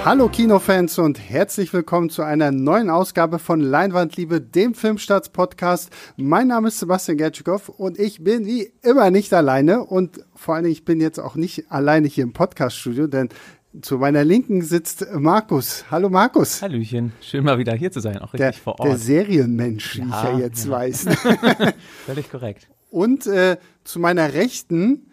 Hallo Kinofans und herzlich willkommen zu einer neuen Ausgabe von Leinwandliebe, dem Filmstarts-Podcast. Mein Name ist Sebastian Gertschikow und ich bin wie immer nicht alleine und vor allen Dingen, ich bin jetzt auch nicht alleine hier im Podcaststudio, denn zu meiner Linken sitzt Markus. Hallo Markus. Hallöchen, schön mal wieder hier zu sein, auch richtig vor Ort. Der Serienmensch, wie ich ja jetzt weiß. Völlig korrekt. Und zu meiner Rechten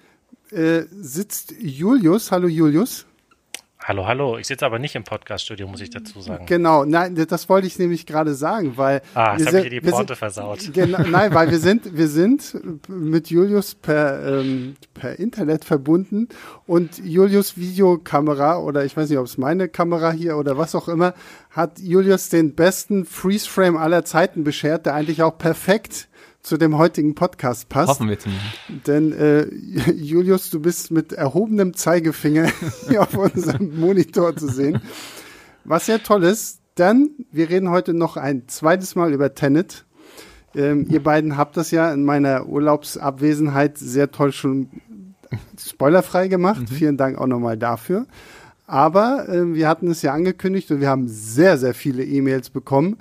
sitzt Julius. Hallo Julius. Hallo, hallo. Ich sitze aber nicht im Podcaststudio, muss ich dazu sagen. Genau, nein, das wollte ich nämlich gerade sagen, weil jetzt habe ich dir die Pointe versaut. Nein, weil wir sind mit Julius per Internet verbunden und Julius Videokamera oder ich weiß nicht, ob es meine Kamera hier oder was auch immer, hat Julius den besten Freeze-Frame aller Zeiten beschert, der eigentlich auch perfekt zu dem heutigen Podcast passt. Hoffen wir zumindest. Denn Julius, du bist mit erhobenem Zeigefinger hier auf unserem Monitor zu sehen. Was sehr toll ist, denn wir reden heute noch ein zweites Mal über Tenet. Ihr beiden habt das ja in meiner Urlaubsabwesenheit sehr toll schon spoilerfrei gemacht. Vielen Dank auch nochmal dafür. Aber wir hatten es ja angekündigt und wir haben sehr, sehr viele E-Mails bekommen,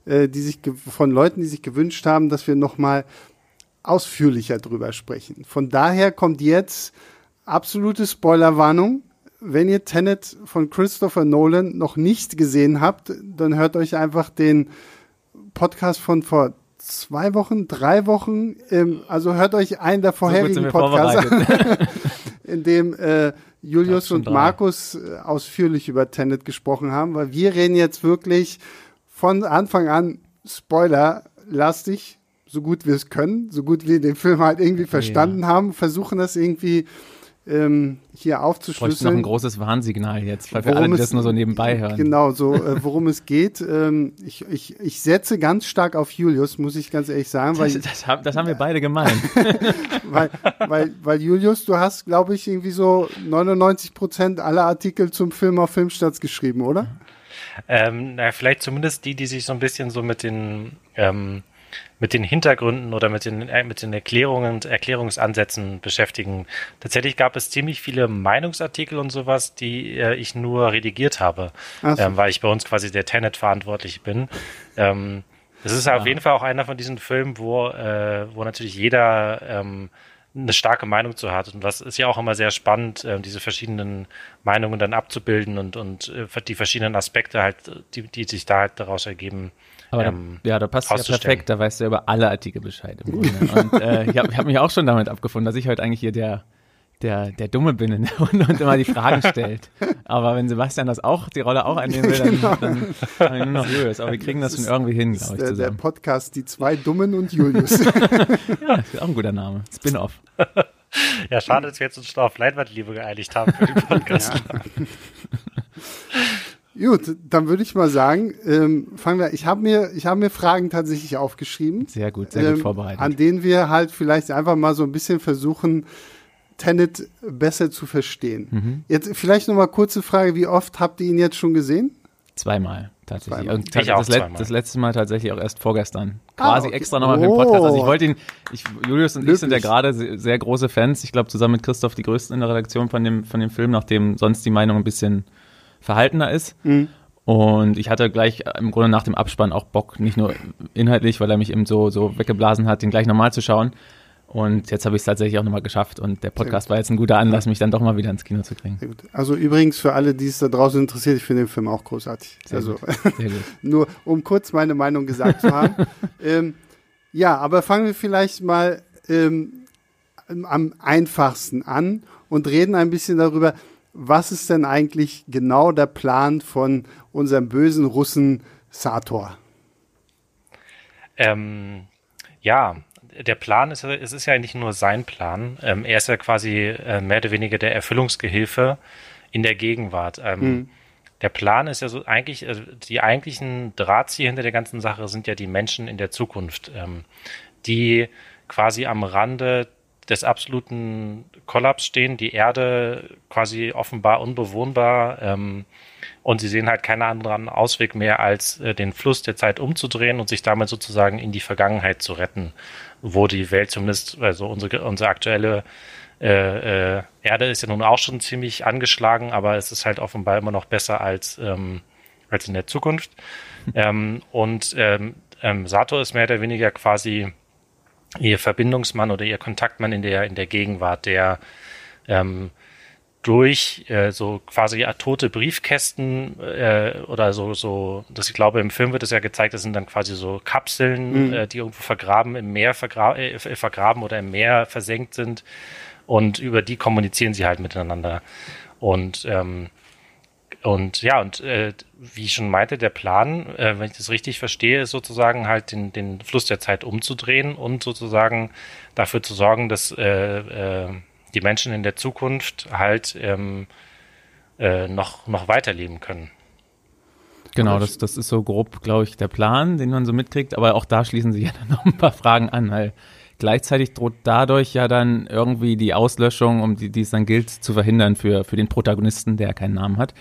von Leuten, die sich gewünscht haben, dass wir nochmal ausführlicher drüber sprechen. Von daher kommt jetzt absolute Spoilerwarnung. Wenn ihr Tenet von Christopher Nolan noch nicht gesehen habt, dann hört euch einfach den Podcast von vor 2 Wochen, 3 Wochen, also hört euch einen der vorherigen Podcasts an, in dem Julius und Markus ausführlich über Tenet gesprochen haben, weil wir reden jetzt wirklich von Anfang an spoilerlastig, so gut wir es können, so gut wir den Film halt irgendwie verstanden haben, versuchen das irgendwie hier aufzuschlüsseln. Ich bräuchte noch ein großes Warnsignal jetzt, weil wir alle das nur so nebenbei hören. Genau, so worum es geht. Ich setze ganz stark auf Julius, muss ich ganz ehrlich sagen. Weil, das haben wir beide gemeint. weil Julius, du hast, glaube ich, irgendwie so 99% aller Artikel zum Film auf Filmstarts geschrieben, oder? Vielleicht zumindest die sich so ein bisschen so mit den Hintergründen oder mit den Erklärungen und Erklärungsansätzen beschäftigen. Tatsächlich gab es ziemlich viele Meinungsartikel und sowas, die ich nur redigiert habe, weil ich bei uns quasi der Tenet-verantwortlich bin. Es ist auf jeden Fall auch einer von diesen Filmen, wo natürlich jeder eine starke Meinung zu hat. Und das ist ja auch immer sehr spannend, diese verschiedenen Meinungen dann abzubilden und die verschiedenen Aspekte halt, die sich da halt daraus ergeben. Aber da passt ja perfekt, da weißt du ja über alle Artikel Bescheid im Grunde. Und ich hab mich auch schon damit abgefunden, dass ich heute eigentlich hier der Dumme bin und immer die Fragen stellt. Aber wenn Sebastian die Rolle auch einnehmen will, dann kann ich nur noch Julius. Aber wir kriegen das schon irgendwie hin, glaube ich, zusammen. Der Podcast Die 2 Dummen und Julius. Ja, das ist auch ein guter Name. Spin-off. Ja, schade, dass wir jetzt uns schon auf Leinwandliebe geeinigt haben für den Podcast. Gut, dann würde ich mal sagen, fangen wir. Ich habe mir Fragen tatsächlich aufgeschrieben. Sehr gut vorbereitet. An denen wir halt vielleicht einfach mal so ein bisschen versuchen, Tenet besser zu verstehen. Jetzt vielleicht noch mal kurze Frage, wie oft habt ihr ihn jetzt schon gesehen? 2-mal tatsächlich. Und ich auch das letzte Mal tatsächlich auch erst vorgestern. Quasi okay. Extra nochmal für den Podcast. Also ich wollte Julius und ich sind ja gerade sehr große Fans. Ich glaube zusammen mit Christoph die größten in der Redaktion von dem Film, nachdem sonst die Meinung ein bisschen verhaltener ist. Und ich hatte gleich im Grunde nach dem Abspann auch Bock, nicht nur inhaltlich, weil er mich eben so weggeblasen hat, den gleich nochmal zu schauen. Und jetzt habe ich es tatsächlich auch nochmal geschafft und der Podcast war jetzt ein guter Anlass, mich dann doch mal wieder ins Kino zu kriegen. Sehr gut. Also übrigens für alle, die es da draußen interessiert, ich finde den Film auch großartig. Sehr gut. Nur um kurz meine Meinung gesagt zu haben. Ja, aber fangen wir vielleicht mal am einfachsten an und reden ein bisschen darüber, was ist denn eigentlich genau der Plan von unserem bösen Russen Sator? Ja, der Plan es ist ja nicht nur sein Plan. Er ist ja quasi mehr oder weniger der Erfüllungsgehilfe in der Gegenwart. Der Plan ist ja so eigentlich, die eigentlichen Drahtzieher hinter der ganzen Sache sind ja die Menschen in der Zukunft, die quasi am Rande des absoluten Kollaps stehen, die Erde quasi offenbar unbewohnbar, und sie sehen halt keinen anderen Ausweg mehr, als den Fluss der Zeit umzudrehen und sich damit sozusagen in die Vergangenheit zu retten. wo die Welt zumindest, also unsere aktuelle Erde ist ja nun auch schon ziemlich angeschlagen, aber es ist halt offenbar immer noch besser als in der Zukunft. Sator ist mehr oder weniger quasi ihr Verbindungsmann oder ihr Kontaktmann in der Gegenwart, der durch so quasi tote Briefkästen oder so, dass ich glaube, im Film wird es ja gezeigt, das sind dann quasi so Kapseln, die irgendwo vergraben, im Meer vergraben oder im Meer versenkt sind, und über die kommunizieren sie halt miteinander. Und wie ich schon meinte, der Plan, wenn ich das richtig verstehe, ist sozusagen halt den Fluss der Zeit umzudrehen und sozusagen dafür zu sorgen, dass die Menschen in der Zukunft halt noch weiterleben können. Genau, das ist so grob, glaube ich, der Plan, den man so mitkriegt, aber auch da schließen sich ja dann noch ein paar Fragen an, weil gleichzeitig droht dadurch ja dann irgendwie die Auslöschung, um die es dann gilt, zu verhindern für den Protagonisten, der keinen Namen hat.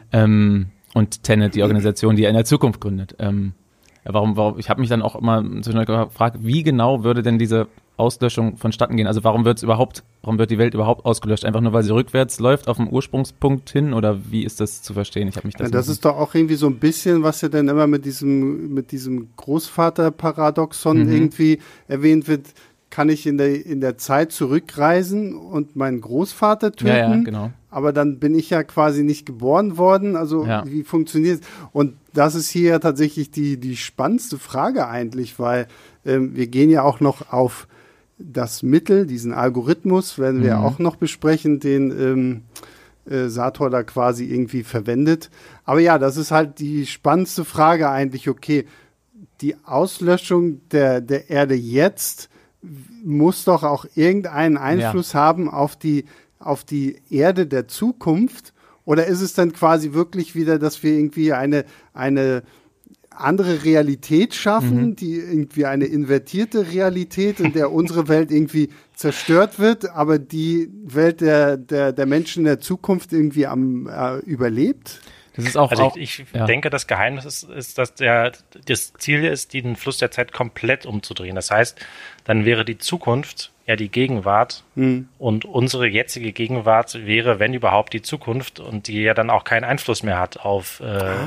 Und Tenet, die Organisation, die er in der Zukunft gründet. Warum? Ich habe mich dann auch immer gefragt, wie genau würde denn diese Auslöschung vonstatten gehen? Also warum wird die Welt überhaupt ausgelöscht? Einfach nur, weil sie rückwärts läuft auf dem Ursprungspunkt hin, oder wie ist das zu verstehen? Ich habe mich das ist doch auch irgendwie so ein bisschen, was ja dann immer mit diesem Großvater-Paradoxon irgendwie erwähnt wird. Kann ich in der Zeit zurückreisen und meinen Großvater töten? Ja, genau. Aber dann bin ich ja quasi nicht geboren worden. Also wie funktioniert es? Und das ist hier ja tatsächlich die spannendste Frage eigentlich, weil wir gehen ja auch noch auf das Mittel, diesen Algorithmus, werden wir auch noch besprechen, den Sator da quasi irgendwie verwendet. Aber ja, das ist halt die spannendste Frage eigentlich. Okay, die Auslöschung der Erde jetzt muss doch auch irgendeinen Einfluss haben auf die Erde der Zukunft, oder ist es dann quasi wirklich wieder, dass wir irgendwie eine andere Realität schaffen, die irgendwie eine invertierte Realität, in der unsere Welt irgendwie zerstört wird, aber die Welt der Menschen in der Zukunft irgendwie überlebt? Das ist auch, ich denke, das Geheimnis ist, dass das Ziel ist, den Fluss der Zeit komplett umzudrehen. Das heißt, dann wäre die Zukunft ja die Gegenwart und unsere jetzige Gegenwart wäre, wenn überhaupt, die Zukunft, und die ja dann auch keinen Einfluss mehr hat auf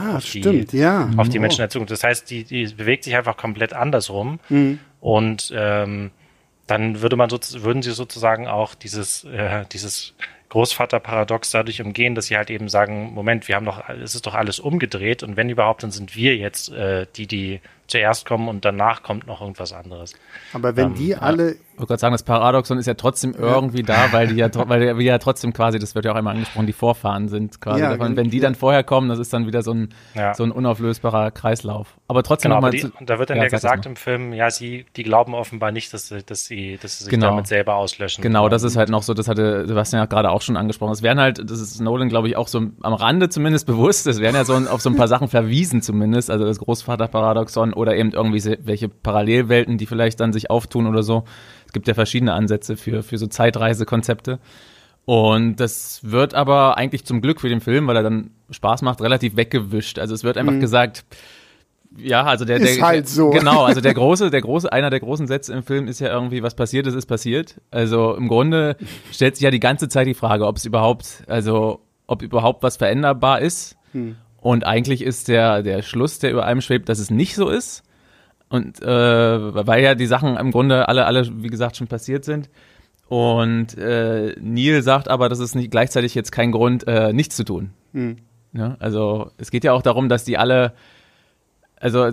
die Menschen der Zukunft. Das heißt, die bewegt sich einfach komplett andersrum und dann würden sie sozusagen auch dieses Großvaterparadox dadurch umgehen, dass sie halt eben sagen, Moment, es ist doch alles umgedreht, und wenn überhaupt, dann sind wir jetzt die zuerst kommen und danach kommt noch irgendwas anderes. Aber wenn die alle... Ich wollte gerade sagen, das Paradoxon ist ja trotzdem irgendwie da, weil wir ja trotzdem quasi, das wird ja auch einmal angesprochen, die Vorfahren sind quasi davon. Wenn die dann vorher kommen, das ist dann wieder so ein unauflösbarer Kreislauf. Aber trotzdem da wird dann gesagt im Film, die glauben offenbar nicht, dass sie sich damit selber auslöschen. Genau, das ist halt noch so, das hatte Sebastian ja gerade auch schon angesprochen. Das ist Nolan, glaube ich, auch so am Rande zumindest bewusst. Es werden ja auf so ein paar Sachen verwiesen zumindest, also das Großvaterparadoxon oder eben irgendwie welche Parallelwelten, die vielleicht dann sich auftun oder so. Es gibt ja verschiedene Ansätze für so Zeitreisekonzepte. Und das wird aber eigentlich zum Glück für den Film, weil er dann Spaß macht, relativ weggewischt. Also es wird einfach gesagt, also ist halt so. Genau, also einer der großen Sätze im Film ist ja irgendwie, was passiert ist passiert. Also im Grunde stellt sich ja die ganze Zeit die Frage, ob überhaupt was veränderbar ist. Und eigentlich ist der Schluss, der über allem schwebt, dass es nicht so ist. Und weil ja die Sachen im Grunde alle, wie gesagt, schon passiert sind. Und Neil sagt aber, das ist nicht gleichzeitig jetzt kein Grund, nichts zu tun. Ja, also es geht ja auch darum, dass die alle, also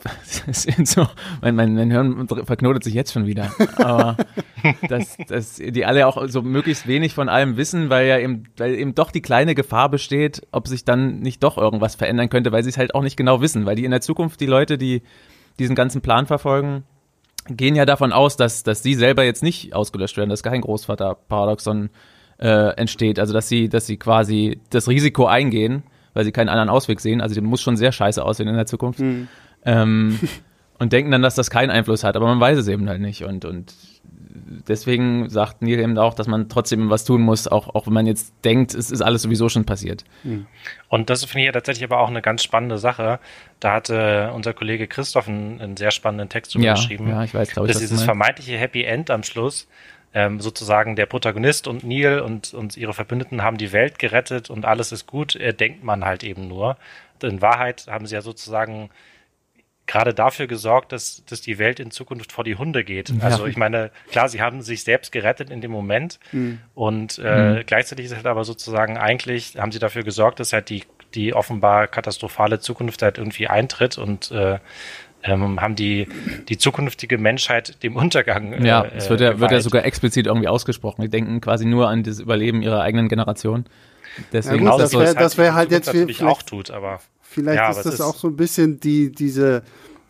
mein Hirn verknotet sich jetzt schon wieder, aber dass die alle auch so möglichst wenig von allem wissen, weil eben doch die kleine Gefahr besteht, ob sich dann nicht doch irgendwas verändern könnte, weil sie es halt auch nicht genau wissen, weil die in der Zukunft, die Leute, die diesen ganzen Plan verfolgen, gehen ja davon aus, dass sie selber jetzt nicht ausgelöscht werden, dass kein Großvaterparadoxon entsteht, also dass sie quasi das Risiko eingehen, weil sie keinen anderen Ausweg sehen, also die muss schon sehr scheiße aussehen in der Zukunft. Und denken dann, dass das keinen Einfluss hat, aber man weiß es eben halt nicht. Und deswegen sagt Neil eben auch, dass man trotzdem was tun muss, auch wenn man jetzt denkt, es ist alles sowieso schon passiert. Und das finde ich ja tatsächlich aber auch eine ganz spannende Sache. Da hatte unser Kollege Christoph einen sehr spannenden Text drüber geschrieben. Ja, ich weiß, glaube ich, dass dieses vermeintliche Happy End am Schluss, sozusagen der Protagonist und Neil und ihre Verbündeten haben die Welt gerettet und alles ist gut, denkt man halt eben nur. In Wahrheit haben sie ja sozusagen gerade dafür gesorgt, dass die Welt in Zukunft vor die Hunde geht. Ja. Also ich meine, klar, sie haben sich selbst gerettet in dem Moment und gleichzeitig ist halt aber sozusagen eigentlich, haben sie dafür gesorgt, dass halt die offenbar katastrophale Zukunft halt irgendwie eintritt und haben die zukünftige Menschheit dem Untergang es wird ja sogar explizit irgendwie ausgesprochen. Die denken quasi nur an das Überleben ihrer eigenen Generation. Deswegen ja, gut, das wäre halt jetzt natürlich auch tut, aber vielleicht ist das auch so ein bisschen dieser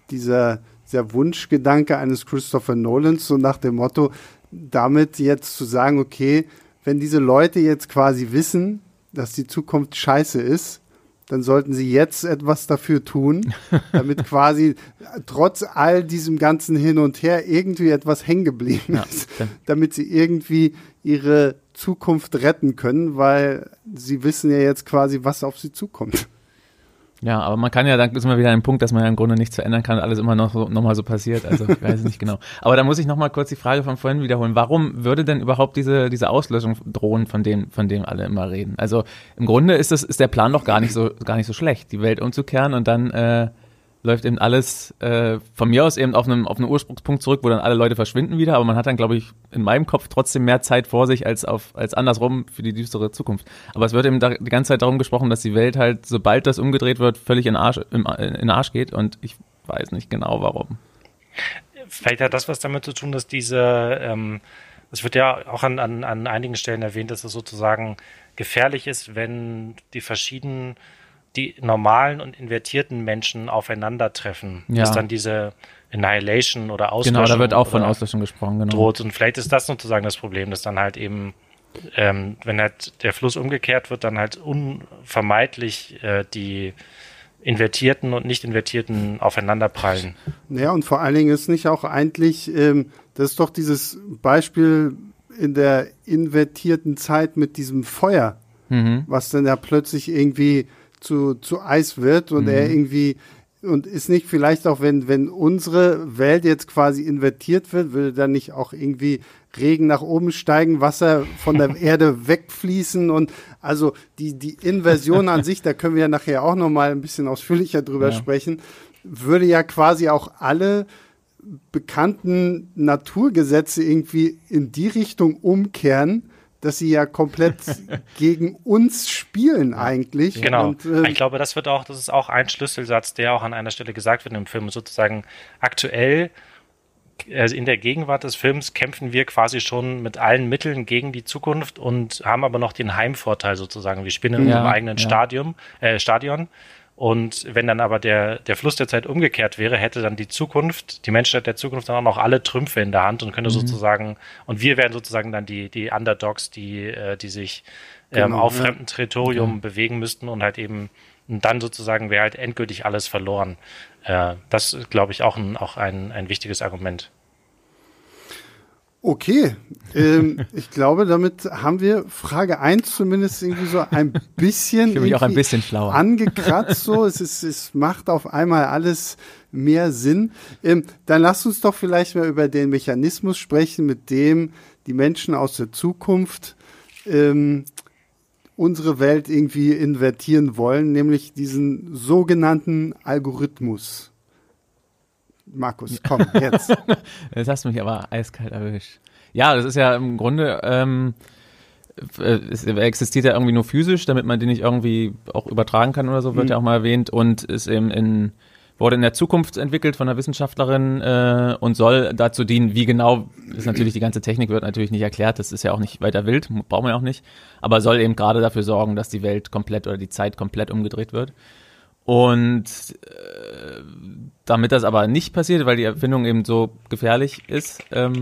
Wunschgedanke eines Christopher Nolans, so nach dem Motto, damit jetzt zu sagen, okay, wenn diese Leute jetzt quasi wissen, dass die Zukunft scheiße ist, dann sollten sie jetzt etwas dafür tun, damit quasi trotz all diesem ganzen Hin und Her irgendwie etwas hängen geblieben ist, damit sie irgendwie ihre Zukunft retten können, weil sie wissen ja jetzt quasi, was auf sie zukommt. Ja, aber man kann ja, dann ist man wieder ein Punkt, dass man ja im Grunde nichts verändern kann, alles immer noch mal so passiert, also ich weiß es nicht genau. Aber da muss ich noch mal kurz die Frage von vorhin wiederholen, warum würde denn überhaupt diese Auslöschung drohen, von dem alle immer reden? Also im Grunde ist der Plan doch gar nicht so schlecht, die Welt umzukehren und dann läuft eben alles von mir aus eben auf einen Ursprungspunkt zurück, wo dann alle Leute verschwinden wieder, aber man hat dann, glaube ich, in meinem Kopf trotzdem mehr Zeit vor sich als andersrum für die düstere Zukunft. Aber es wird eben die ganze Zeit darum gesprochen, dass die Welt halt, sobald das umgedreht wird, völlig in den Arsch geht und ich weiß nicht genau, warum. Vielleicht hat das was damit zu tun, dass es wird ja auch an einigen Stellen erwähnt, dass es sozusagen gefährlich ist, wenn die normalen und invertierten Menschen aufeinandertreffen. Ja. Dass dann diese Annihilation oder Auslöschung. Genau, da wird auch von Auslöschung gesprochen, genau. Droht. Und vielleicht ist das sozusagen das Problem, dass dann halt eben, wenn halt der Fluss umgekehrt wird, dann halt unvermeidlich die Invertierten und Nicht-Invertierten aufeinanderprallen. Ja, und vor allen Dingen ist nicht auch eigentlich, das ist doch dieses Beispiel in der invertierten Zeit mit diesem Feuer, was dann ja plötzlich irgendwie zu Eis wird und er irgendwie, und ist nicht vielleicht auch, wenn unsere Welt jetzt quasi invertiert wird, würde dann nicht auch irgendwie Regen nach oben steigen, Wasser von der Erde wegfließen und also die Inversion an sich, da können wir ja nachher auch nochmal ein bisschen ausführlicher drüber sprechen, würde ja quasi auch alle bekannten Naturgesetze irgendwie in die Richtung umkehren, dass sie ja komplett gegen uns spielen eigentlich. Genau. Und, ich glaube, das ist auch ein Schlüsselsatz, der auch an einer Stelle gesagt wird im Film. Sozusagen aktuell, also in der Gegenwart des Films, kämpfen wir quasi schon mit allen Mitteln gegen die Zukunft und haben aber noch den Heimvorteil sozusagen. Wir spielen in unserem eigenen Stadion. Und wenn dann aber der Fluss der Zeit umgekehrt wäre, hätte dann die Menschheit der Zukunft dann auch noch alle Trümpfe in der Hand und könnte sozusagen, und wir wären sozusagen dann die Underdogs, die sich auf fremdem Territorium bewegen müssten und halt eben, und dann sozusagen wäre halt endgültig alles verloren. Das ist, glaube ich, auch ein wichtiges Argument. Okay, ich glaube, damit haben wir Frage 1 zumindest irgendwie so ein bisschen, ich mich auch ein bisschen schlauer angekratzt. So, es macht auf einmal alles mehr Sinn. Dann lasst uns doch vielleicht mal über den Mechanismus sprechen, mit dem die Menschen aus der Zukunft unsere Welt irgendwie invertieren wollen, nämlich diesen sogenannten Algorithmus. Markus, komm, jetzt. Jetzt hast du mich aber eiskalt erwischt. Ja, das ist ja im Grunde, es existiert ja irgendwie nur physisch, damit man den nicht irgendwie auch übertragen kann oder so, wird ja auch mal erwähnt, und ist eben wurde in der Zukunft entwickelt von einer Wissenschaftlerin und soll dazu dienen, wie genau, ist natürlich, die ganze Technik wird natürlich nicht erklärt, das ist ja auch nicht weiter wild, brauchen wir auch nicht, aber soll eben gerade dafür sorgen, dass die Welt komplett oder die Zeit komplett umgedreht wird. Und damit das aber nicht passiert, weil die Erfindung eben so gefährlich ist,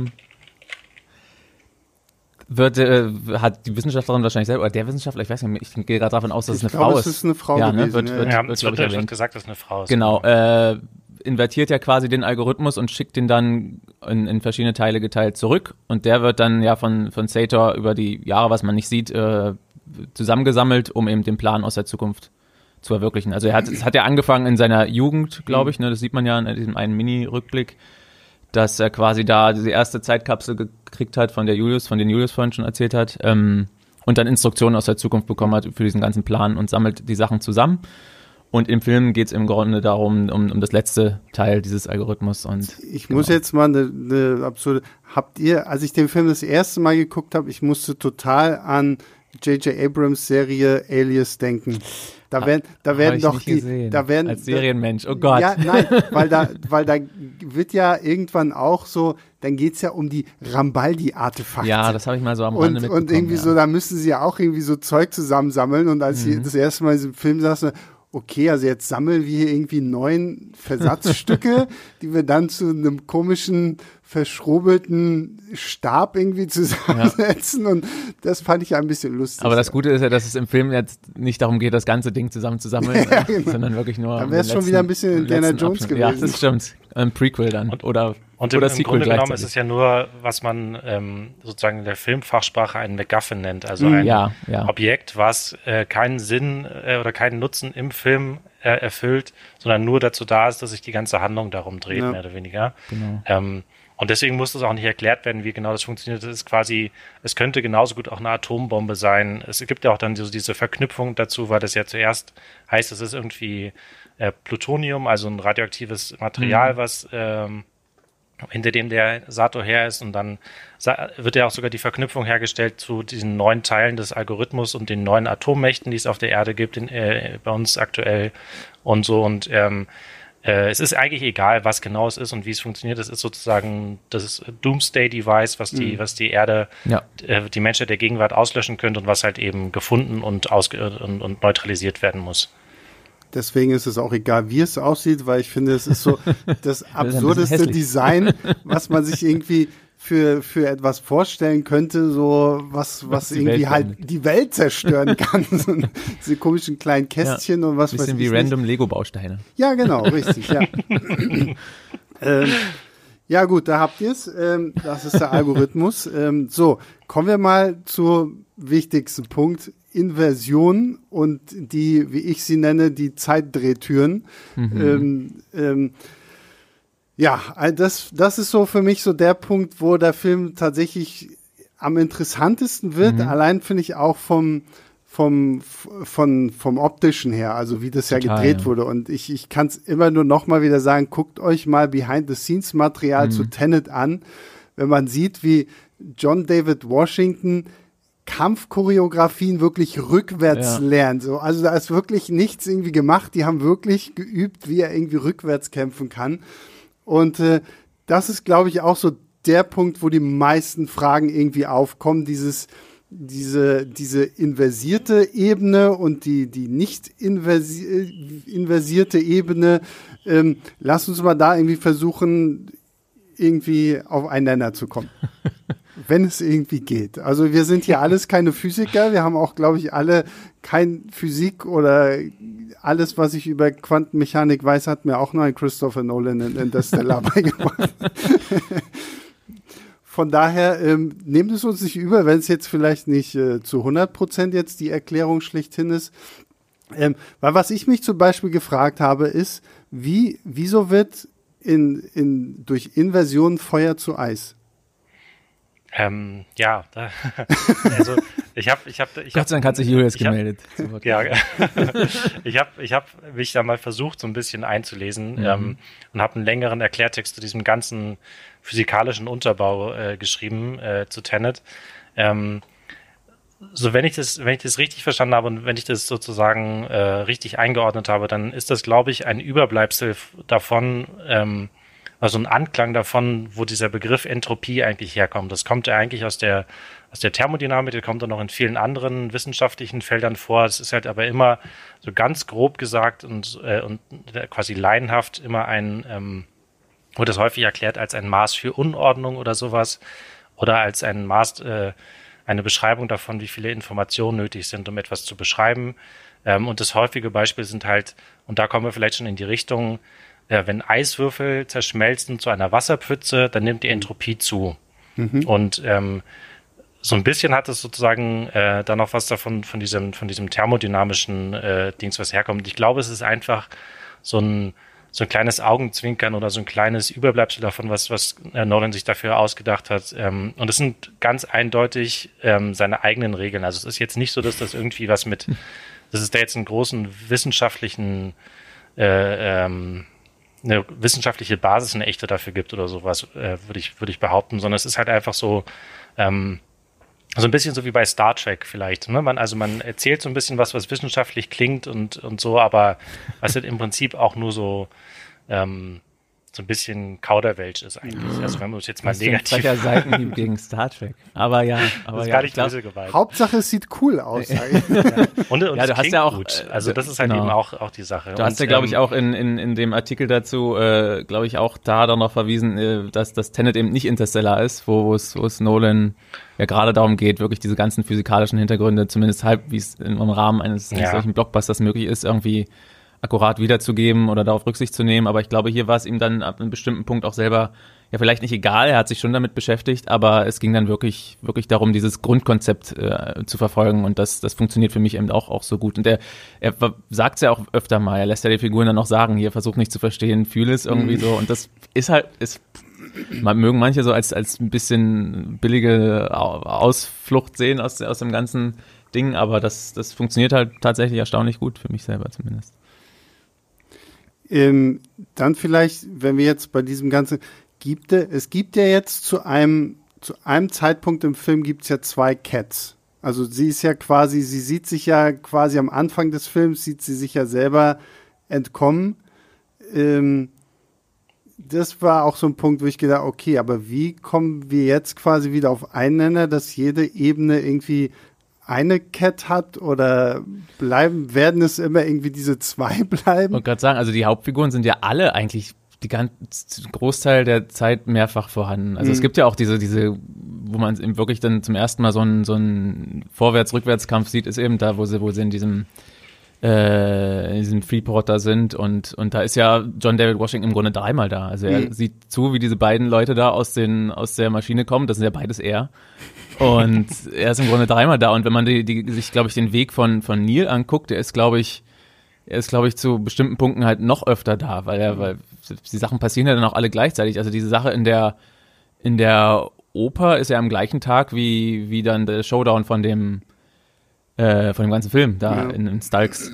hat die Wissenschaftlerin wahrscheinlich selber, oder der Wissenschaftler, ich weiß nicht, ich gehe gerade davon aus, dass es eine Frau ist. Es ist eine Frau ja, gewesen, es wird gesagt, dass es eine Frau ist. Genau, invertiert ja quasi den Algorithmus und schickt den dann in verschiedene Teile geteilt zurück. Und der wird dann ja von Sator über die Jahre, was man nicht sieht, zusammengesammelt, um eben den Plan aus der Zukunft zu verwirklichen. Also es hat ja angefangen in seiner Jugend, glaube ich, ne, das sieht man ja in diesem einen Mini-Rückblick, dass er quasi da die erste Zeitkapsel gekriegt hat, von den Julius vorhin schon erzählt hat, und dann Instruktionen aus der Zukunft bekommen hat für diesen ganzen Plan und sammelt die Sachen zusammen. Und im Film geht es im Grunde darum, um das letzte Teil dieses Algorithmus. Und ich muss jetzt mal eine absurde, als ich den Film das erste Mal geguckt habe, ich musste total an J.J. Abrams Serie Alias denken. Da werden doch die, da werden als Serienmensch, oh Gott. Ja, nein, weil da wird ja irgendwann auch so, dann geht's ja um die Rambaldi-Artefakte. Ja, das habe ich mal so am Rande mitbekommen. Und irgendwie so, da müssen sie ja auch irgendwie so Zeug zusammensammeln. Und als ich das erste Mal in diesem Film saß, okay, also jetzt sammeln wir hier irgendwie 9 Versatzstücke, die wir dann zu einem komischen, verschrobelten Stab irgendwie zusammensetzen. Ja. Und das fand ich ein bisschen lustig. Aber das Gute ist ja, dass es im Film jetzt nicht darum geht, das ganze Ding zusammenzusammeln, ja, genau, sondern wirklich nur. Dann wäre es schon wieder ein bisschen Indiana Jones gewesen. Ja, das stimmt. Ein Prequel dann. Oder im Grunde genommen ist es ja nur, was man sozusagen in der Filmfachsprache einen MacGuffin nennt, also ein Objekt, was keinen Sinn oder keinen Nutzen im Film erfüllt, sondern nur dazu da ist, dass sich die ganze Handlung darum dreht, mehr oder weniger. Genau. Und deswegen muss das auch nicht erklärt werden, wie genau das funktioniert. Das ist quasi, es könnte genauso gut auch eine Atombombe sein. Es gibt ja auch dann diese Verknüpfung dazu, weil das ja zuerst heißt, es ist irgendwie Plutonium, also ein radioaktives Material, was hinter dem der Sator her ist, und dann wird ja auch sogar die Verknüpfung hergestellt zu diesen 9 Teilen des Algorithmus und den 9 Atommächten, die es auf der Erde gibt, bei uns aktuell und so. Und es ist eigentlich egal, was genau es ist und wie es funktioniert. Es ist sozusagen das Doomsday-Device, was die Erde, die Menschheit der Gegenwart auslöschen könnte und was halt eben gefunden und neutralisiert werden muss. Deswegen ist es auch egal, wie es aussieht, weil ich finde, es ist so das absurdeste Design, was man sich irgendwie für etwas vorstellen könnte, so was irgendwie halt die Welt zerstören kann. So diese komischen kleinen Kästchen und was weiß ich. Bisschen wie random Lego-Bausteine. Ja, genau, richtig, ja. Ja gut, da habt ihr es. Das ist der Algorithmus. So, kommen wir mal zum wichtigsten Punkt. Inversion und die, wie ich sie nenne, die Zeitdrehtüren. Ja, das ist so für mich so der Punkt, wo der Film tatsächlich am interessantesten wird. Allein finde ich auch vom optischen her, also wie das total, gedreht wurde. Und ich kann es immer nur noch mal wieder sagen, guckt euch mal Behind-the-Scenes-Material zu Tenet an, wenn man sieht, wie John David Washington Kampfchoreografien wirklich rückwärts lernt. So, also da ist wirklich nichts irgendwie gemacht. Die haben wirklich geübt, wie er irgendwie rückwärts kämpfen kann. Und das ist, glaube ich, auch so der Punkt, wo die meisten Fragen irgendwie aufkommen. Diese inversierte Ebene und die nicht inversierte Ebene. Lass uns mal da irgendwie versuchen, irgendwie auf einen Nenner zu kommen. Wenn es irgendwie geht. Also wir sind hier alles keine Physiker. Wir haben auch, glaube ich, alle kein Physik oder alles, was ich über Quantenmechanik weiß, hat mir auch noch ein Christopher Nolan in Interstellar beigebracht. Von daher nehmt es uns nicht über, wenn es jetzt vielleicht nicht zu 100% jetzt die Erklärung schlechthin ist. Weil was ich mich zum Beispiel gefragt habe, ist, wieso wird durch Inversion Feuer zu Eis? Also Gott sei Dank hat sich Julius gemeldet. Ich habe mich da mal versucht, so ein bisschen einzulesen und habe einen längeren Erklärtext zu diesem ganzen physikalischen Unterbau geschrieben zu Tenet. So, wenn ich das richtig verstanden habe und wenn ich das sozusagen richtig eingeordnet habe, dann ist das, glaube ich, ein Überbleibsel davon, also ein Anklang davon, wo dieser Begriff Entropie eigentlich herkommt. Das kommt ja eigentlich aus der Thermodynamik, der kommt dann noch in vielen anderen wissenschaftlichen Feldern vor. Das ist halt aber immer so ganz grob gesagt und quasi laienhaft immer wird das häufig erklärt als ein Maß für Unordnung oder sowas oder als ein Maß, eine Beschreibung davon, wie viele Informationen nötig sind, um etwas zu beschreiben. Und das häufige Beispiel sind halt, und da kommen wir vielleicht schon in die Richtung, wenn Eiswürfel zerschmelzen zu einer Wasserpfütze, dann nimmt die Entropie zu. Und so ein bisschen hat es sozusagen da noch was davon von diesem thermodynamischen Dings, was herkommt. Ich glaube, es ist einfach so ein kleines Augenzwinkern oder so ein kleines Überbleibsel davon, was Nolan sich dafür ausgedacht hat. Und es sind ganz eindeutig seine eigenen Regeln. Also es ist jetzt nicht so, dass das irgendwie dass es da jetzt einen großen wissenschaftlichen eine wissenschaftliche Basis, eine echte dafür gibt oder sowas, würde ich behaupten, sondern es ist halt einfach so ein bisschen so wie bei Star Trek vielleicht. Ne? Man erzählt so ein bisschen was wissenschaftlich klingt und so, aber was halt im Prinzip auch nur so so ein bisschen Kauderwelsch ist eigentlich. Also wenn man es jetzt mal negativ... Das ist Seitenhieb gegen Star Trek. Aber ja. Das ist gar nicht böse gemeint. Hauptsache es sieht cool aus. Ja. Und du hast ja auch gut. Also das ist halt eben auch die Sache. Du hast ja, glaube ich, auch in dem Artikel dazu, glaube ich, auch da dann noch verwiesen, dass das Tenet eben nicht Interstellar ist, wo es Nolan ja gerade darum geht, wirklich diese ganzen physikalischen Hintergründe, zumindest halb, wie es im Rahmen eines solchen Blockbusters möglich ist, irgendwie akkurat wiederzugeben oder darauf Rücksicht zu nehmen. Aber ich glaube, hier war es ihm dann ab einem bestimmten Punkt auch selber ja vielleicht nicht egal. Er hat sich schon damit beschäftigt, aber es ging dann wirklich darum, dieses Grundkonzept zu verfolgen. Und das funktioniert für mich eben auch so gut. Und er sagt es ja auch öfter mal. Er lässt ja die Figuren dann auch sagen, hier, versuch nicht zu verstehen, fühle es irgendwie so. Und das ist halt, mögen manche so als ein bisschen billige Ausflucht sehen aus dem ganzen Ding. Aber das funktioniert halt tatsächlich erstaunlich gut, für mich selber zumindest. Dann vielleicht, wenn wir jetzt bei diesem ganzen, es gibt ja jetzt zu einem Zeitpunkt im Film gibt's ja 2 Cats. Also sie sieht sich ja quasi am Anfang des Films, sieht sie sich ja selber entkommen. Das war auch so ein Punkt, wo ich gedacht, okay, aber wie kommen wir jetzt quasi wieder auf einen Nenner, dass jede Ebene irgendwie eine Cat hat oder werden es immer irgendwie diese 2 bleiben? Ich wollte gerade sagen, also die Hauptfiguren sind ja alle eigentlich die Großteil der Zeit mehrfach vorhanden. Also es gibt ja auch diese, wo man eben wirklich dann zum ersten Mal so einen Vorwärts-Rückwärts-Kampf sieht, ist eben da, wo sie in diesem Freeporter sind und da ist ja John David Washington im Grunde 3-mal da. Also er sieht zu, wie diese beiden Leute da aus der Maschine kommen, das sind ja beides er. Und er ist im Grunde 3-mal da. Und wenn man sich, glaube ich, den Weg von Neil anguckt, er ist, glaube ich, zu bestimmten Punkten halt noch öfter da, weil die Sachen passieren ja dann auch alle gleichzeitig. Also diese Sache in der Oper ist ja am gleichen Tag wie dann der Showdown von dem ganzen Film da in Stalks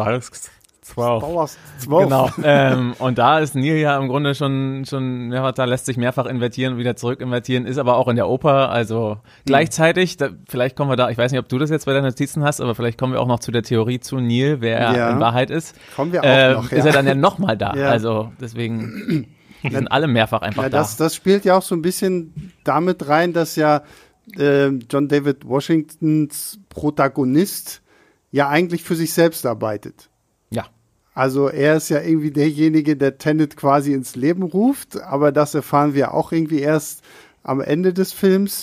12. Genau. Und da ist Neil ja im Grunde schon da lässt sich mehrfach invertieren und wieder zurück invertieren, ist aber auch in der Oper, also gleichzeitig, vielleicht kommen wir da, ich weiß nicht, ob du das jetzt bei deinen Notizen hast, aber vielleicht kommen wir auch noch zu der Theorie zu Neil, wer er in Wahrheit ist. Kommen wir auch noch, ist er dann ja nochmal da, also deswegen die sind alle mehrfach einfach da. Das spielt ja auch so ein bisschen damit rein, dass ja John David Washingtons Protagonist ja eigentlich für sich selbst arbeitet. Ja. Also er ist ja irgendwie derjenige, der Tenet quasi ins Leben ruft, aber das erfahren wir auch irgendwie erst am Ende des Films.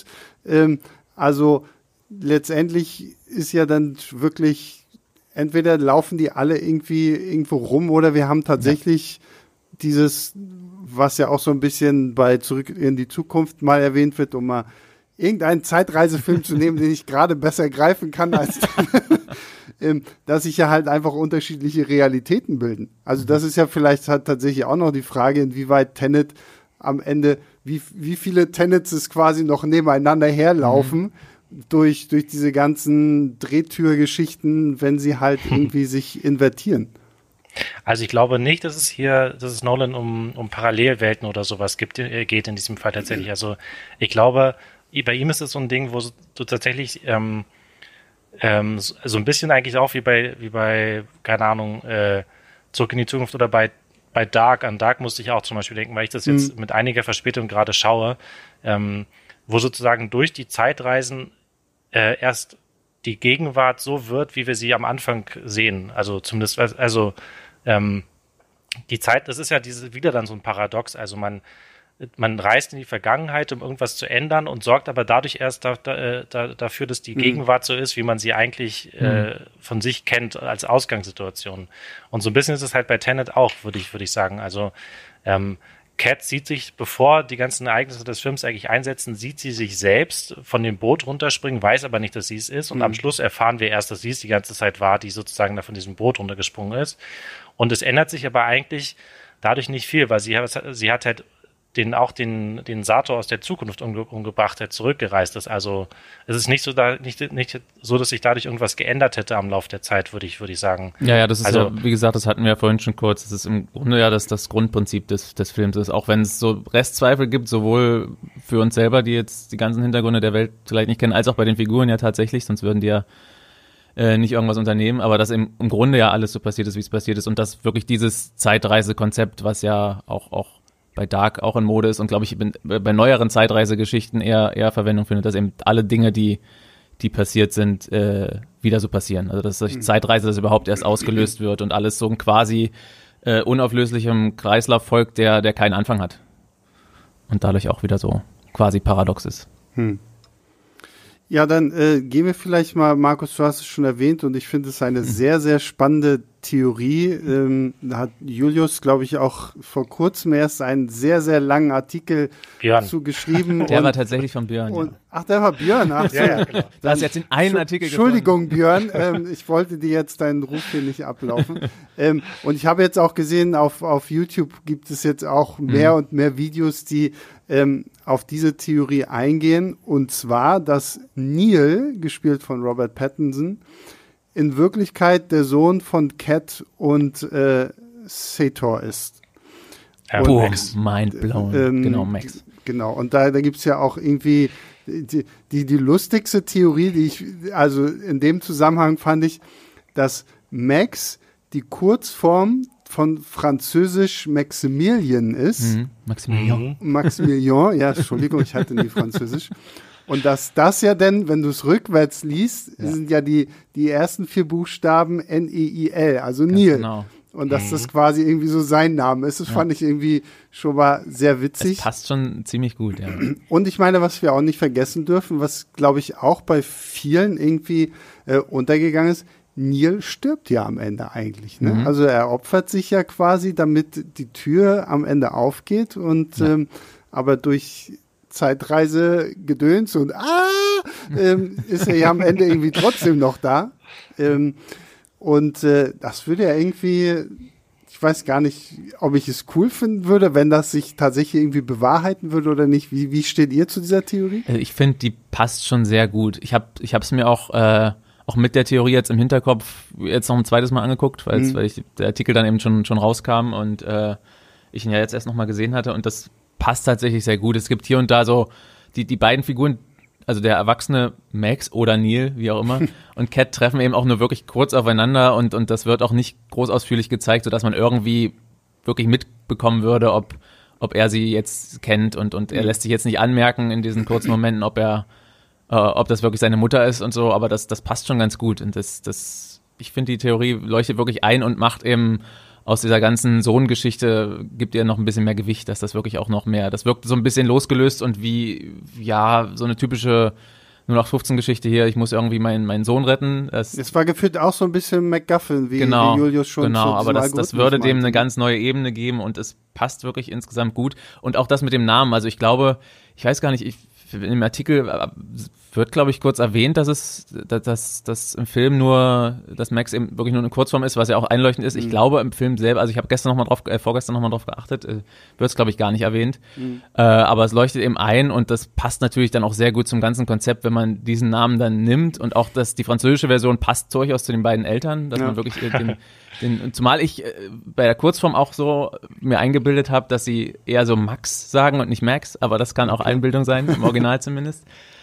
Also letztendlich ist ja dann wirklich, entweder laufen die alle irgendwie irgendwo rum oder wir haben tatsächlich dieses, was ja auch so ein bisschen bei Zurück in die Zukunft mal erwähnt wird, um mal irgendeinen Zeitreisefilm zu nehmen, den ich gerade besser greifen kann als dass sich ja halt einfach unterschiedliche Realitäten bilden. Also das ist ja vielleicht halt tatsächlich auch noch die Frage, inwieweit Tenet am Ende, wie viele Tenets es quasi noch nebeneinander herlaufen durch diese ganzen Drehtürgeschichten, wenn sie halt irgendwie sich invertieren. Also ich glaube nicht, dass es Nolan um Parallelwelten oder sowas geht in diesem Fall tatsächlich. Also ich glaube, bei ihm ist es so ein Ding, wo du tatsächlich so ein bisschen eigentlich auch wie bei keine Ahnung, Zurück in die Zukunft oder bei Dark. An Dark musste ich auch zum Beispiel denken, weil ich das jetzt mit einiger Verspätung gerade schaue, wo sozusagen durch die Zeitreisen erst die Gegenwart so wird, wie wir sie am Anfang sehen. Also zumindest, die Zeit, das ist ja wieder dann so ein Paradox. Also man reist in die Vergangenheit, um irgendwas zu ändern und sorgt aber dadurch erst dafür, dass die Gegenwart so ist, wie man sie eigentlich von sich kennt als Ausgangssituation. Und so ein bisschen ist es halt bei Tenet auch, würde ich sagen. Also Cat sieht sich, bevor die ganzen Ereignisse des Films eigentlich einsetzen, sieht sie sich selbst von dem Boot runterspringen, weiß aber nicht, dass sie es ist. Und am Schluss erfahren wir erst, dass sie es die ganze Zeit war, die sozusagen da von diesem Boot runtergesprungen ist. Und es ändert sich aber eigentlich dadurch nicht viel, weil sie hat halt den Sator aus der Zukunft umgebracht, der zurückgereist ist. Also es ist nicht so, nicht so, dass sich dadurch irgendwas geändert hätte am Lauf der Zeit, würde ich sagen. Ja, das ist also, ja, wie gesagt, das hatten wir ja vorhin schon kurz, das ist im Grunde ja das Grundprinzip des Films ist, auch wenn es so Restzweifel gibt, sowohl für uns selber, die jetzt die ganzen Hintergründe der Welt vielleicht nicht kennen, als auch bei den Figuren ja tatsächlich, sonst würden die ja nicht irgendwas unternehmen, aber dass im Grunde ja alles so passiert ist, wie es passiert ist und dass wirklich dieses Zeitreisekonzept, was ja auch bei Dark auch in Mode ist und glaube ich bei neueren Zeitreisegeschichten eher Verwendung findet, dass eben alle Dinge, die passiert sind, wieder so passieren. Also dass durch Zeitreise das überhaupt erst ausgelöst wird und alles so ein quasi unauflöslichem Kreislauf folgt, der keinen Anfang hat. Und dadurch auch wieder so quasi paradox ist. Ja, dann gehen wir vielleicht mal, Markus, du hast es schon erwähnt und ich finde es eine sehr, sehr spannende Theorie. Da hat Julius, glaube ich, auch vor kurzem erst einen sehr, sehr langen Artikel zu geschrieben. Der war tatsächlich von Björn. Ja. Ach, der war Björn. Ach, so. Ja, genau. Du hast jetzt in einen Artikel Entschuldigung, Björn, ich wollte dir jetzt deinen Ruf hier nicht ablaufen. Und ich habe jetzt auch gesehen, auf YouTube gibt es jetzt auch mehr und mehr Videos, die auf diese Theorie eingehen. Und zwar, dass Neil, gespielt von Robert Pattinson, in Wirklichkeit der Sohn von Cat und Sator ist. Max. Mind blown. Genau, Max. Genau, und da gibt es ja auch irgendwie die lustigste Theorie, die ich, also in dem Zusammenhang fand ich, dass Max die Kurzform von Französisch Maximilien ist. Maximilien, ja, Entschuldigung, ich hatte nie Französisch. Und dass das ja denn, wenn du es rückwärts liest, sind ja die ersten 4 Buchstaben N-E-I-L, also Neil. Genau. Und dass das quasi irgendwie so sein Name ist, das fand ich irgendwie schon mal sehr witzig. Das passt schon ziemlich gut, ja. Und ich meine, was wir auch nicht vergessen dürfen, was glaube ich auch bei vielen irgendwie untergegangen ist, Neil stirbt ja am Ende eigentlich. Ne? Also er opfert sich ja quasi, damit die Tür am Ende aufgeht und aber durch Zeitreise Gedöns und ist er ja am Ende irgendwie trotzdem noch da. Und das würde ja irgendwie, ich weiß gar nicht, ob ich es cool finden würde, wenn das sich tatsächlich irgendwie bewahrheiten würde oder nicht. Wie steht ihr zu dieser Theorie? Ich finde, die passt schon sehr gut. Ich habe es mir auch mit der Theorie jetzt im Hinterkopf jetzt noch ein zweites Mal angeguckt, weil der Artikel dann eben schon rauskam und ich ihn ja jetzt erst noch mal gesehen hatte und das passt tatsächlich sehr gut. Es gibt hier und da so die beiden Figuren, also der erwachsene Max oder Neil, wie auch immer, und Cat treffen eben auch nur wirklich kurz aufeinander und das wird auch nicht groß ausführlich gezeigt, sodass man irgendwie wirklich mitbekommen würde, ob er sie jetzt kennt und er lässt sich jetzt nicht anmerken in diesen kurzen Momenten, ob das wirklich seine Mutter ist und so, aber das passt schon ganz gut und ich finde, die Theorie leuchtet wirklich ein und macht eben aus dieser ganzen Sohn-Geschichte, gibt ihr noch ein bisschen mehr Gewicht, dass das wirklich auch noch mehr, das wirkt so ein bisschen losgelöst und wie, ja, so eine typische 0815-Geschichte hier, ich muss irgendwie meinen Sohn retten. Es war gefühlt auch so ein bisschen MacGuffin, wie Julius schon Genau, aber das würde dem eine ganz neue Ebene geben und es passt wirklich insgesamt gut. Und auch das mit dem Namen, also ich glaube, ich weiß gar nicht, in dem Artikel wird, glaube ich, kurz erwähnt, dass im Film dass Max eben wirklich nur eine Kurzform ist, was ja auch einleuchtend ist. Ich glaube, im Film selber, also ich habe vorgestern nochmal drauf geachtet, wird es, glaube ich, gar nicht erwähnt. Aber es leuchtet eben ein und das passt natürlich dann auch sehr gut zum ganzen Konzept, wenn man diesen Namen dann nimmt und auch, dass die französische Version passt durchaus zu den beiden Eltern, dass man wirklich zumal ich bei der Kurzform auch so mir eingebildet habe, dass sie eher so Max sagen und nicht Max, aber das kann auch Einbildung sein, im Original zumindest.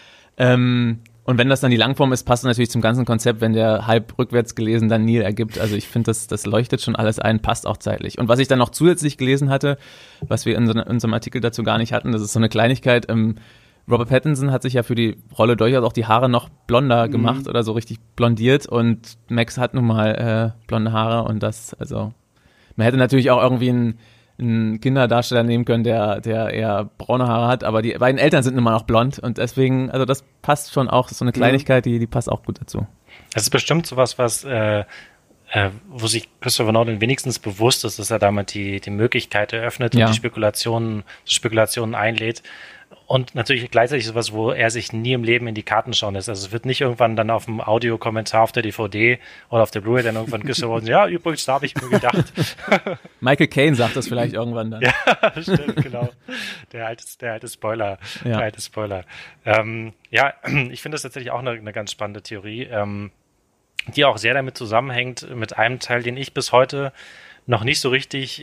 Und wenn das dann die Langform ist, passt natürlich zum ganzen Konzept, wenn der halb rückwärts gelesen dann Neil ergibt. Also ich finde, das leuchtet schon alles ein, passt auch zeitlich. Und was ich dann noch zusätzlich gelesen hatte, was wir in unserem Artikel dazu gar nicht hatten, das ist so eine Kleinigkeit, Robert Pattinson hat sich ja für die Rolle durchaus auch die Haare noch blonder gemacht oder so richtig blondiert und Max hat nun mal blonde Haare und man hätte natürlich auch irgendwie einen Kinderdarsteller nehmen können, der eher braune Haare hat, aber die beiden Eltern sind immer noch blond und deswegen, also das passt schon auch, das ist so eine Kleinigkeit, die passt auch gut dazu. Das ist bestimmt sowas, wo sich Christopher Nolan wenigstens bewusst ist, dass er damit die Möglichkeit eröffnet und die Spekulationen einlädt. Und natürlich gleichzeitig sowas, wo er sich nie im Leben in die Karten schauen lässt. Also es wird nicht irgendwann dann auf dem Audiokommentar auf der DVD oder auf der Blu-ray dann irgendwann gesagt, ja, übrigens, da habe ich mir gedacht. Michael Caine sagt das vielleicht irgendwann dann. Ja, stimmt, genau. Der alte Spoiler. Ja. Der alte Spoiler. Ich finde das tatsächlich auch eine ganz spannende Theorie, die auch sehr damit zusammenhängt, mit einem Teil, den ich bis heute noch nicht so richtig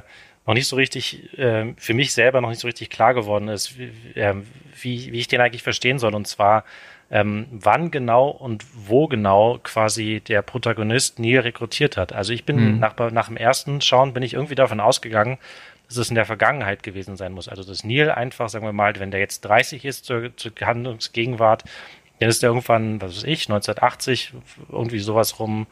für mich selber noch nicht so richtig klar geworden ist, wie ich den eigentlich verstehen soll. Und zwar, wann genau und wo genau quasi der Protagonist Neil rekrutiert hat. Also ich bin nach dem ersten Schauen bin ich irgendwie davon ausgegangen, dass es in der Vergangenheit gewesen sein muss. Also dass Neil einfach, sagen wir mal, wenn der jetzt 30 ist zur Handlungsgegenwart, dann ist er irgendwann, was weiß ich, 1980, irgendwie sowas rum,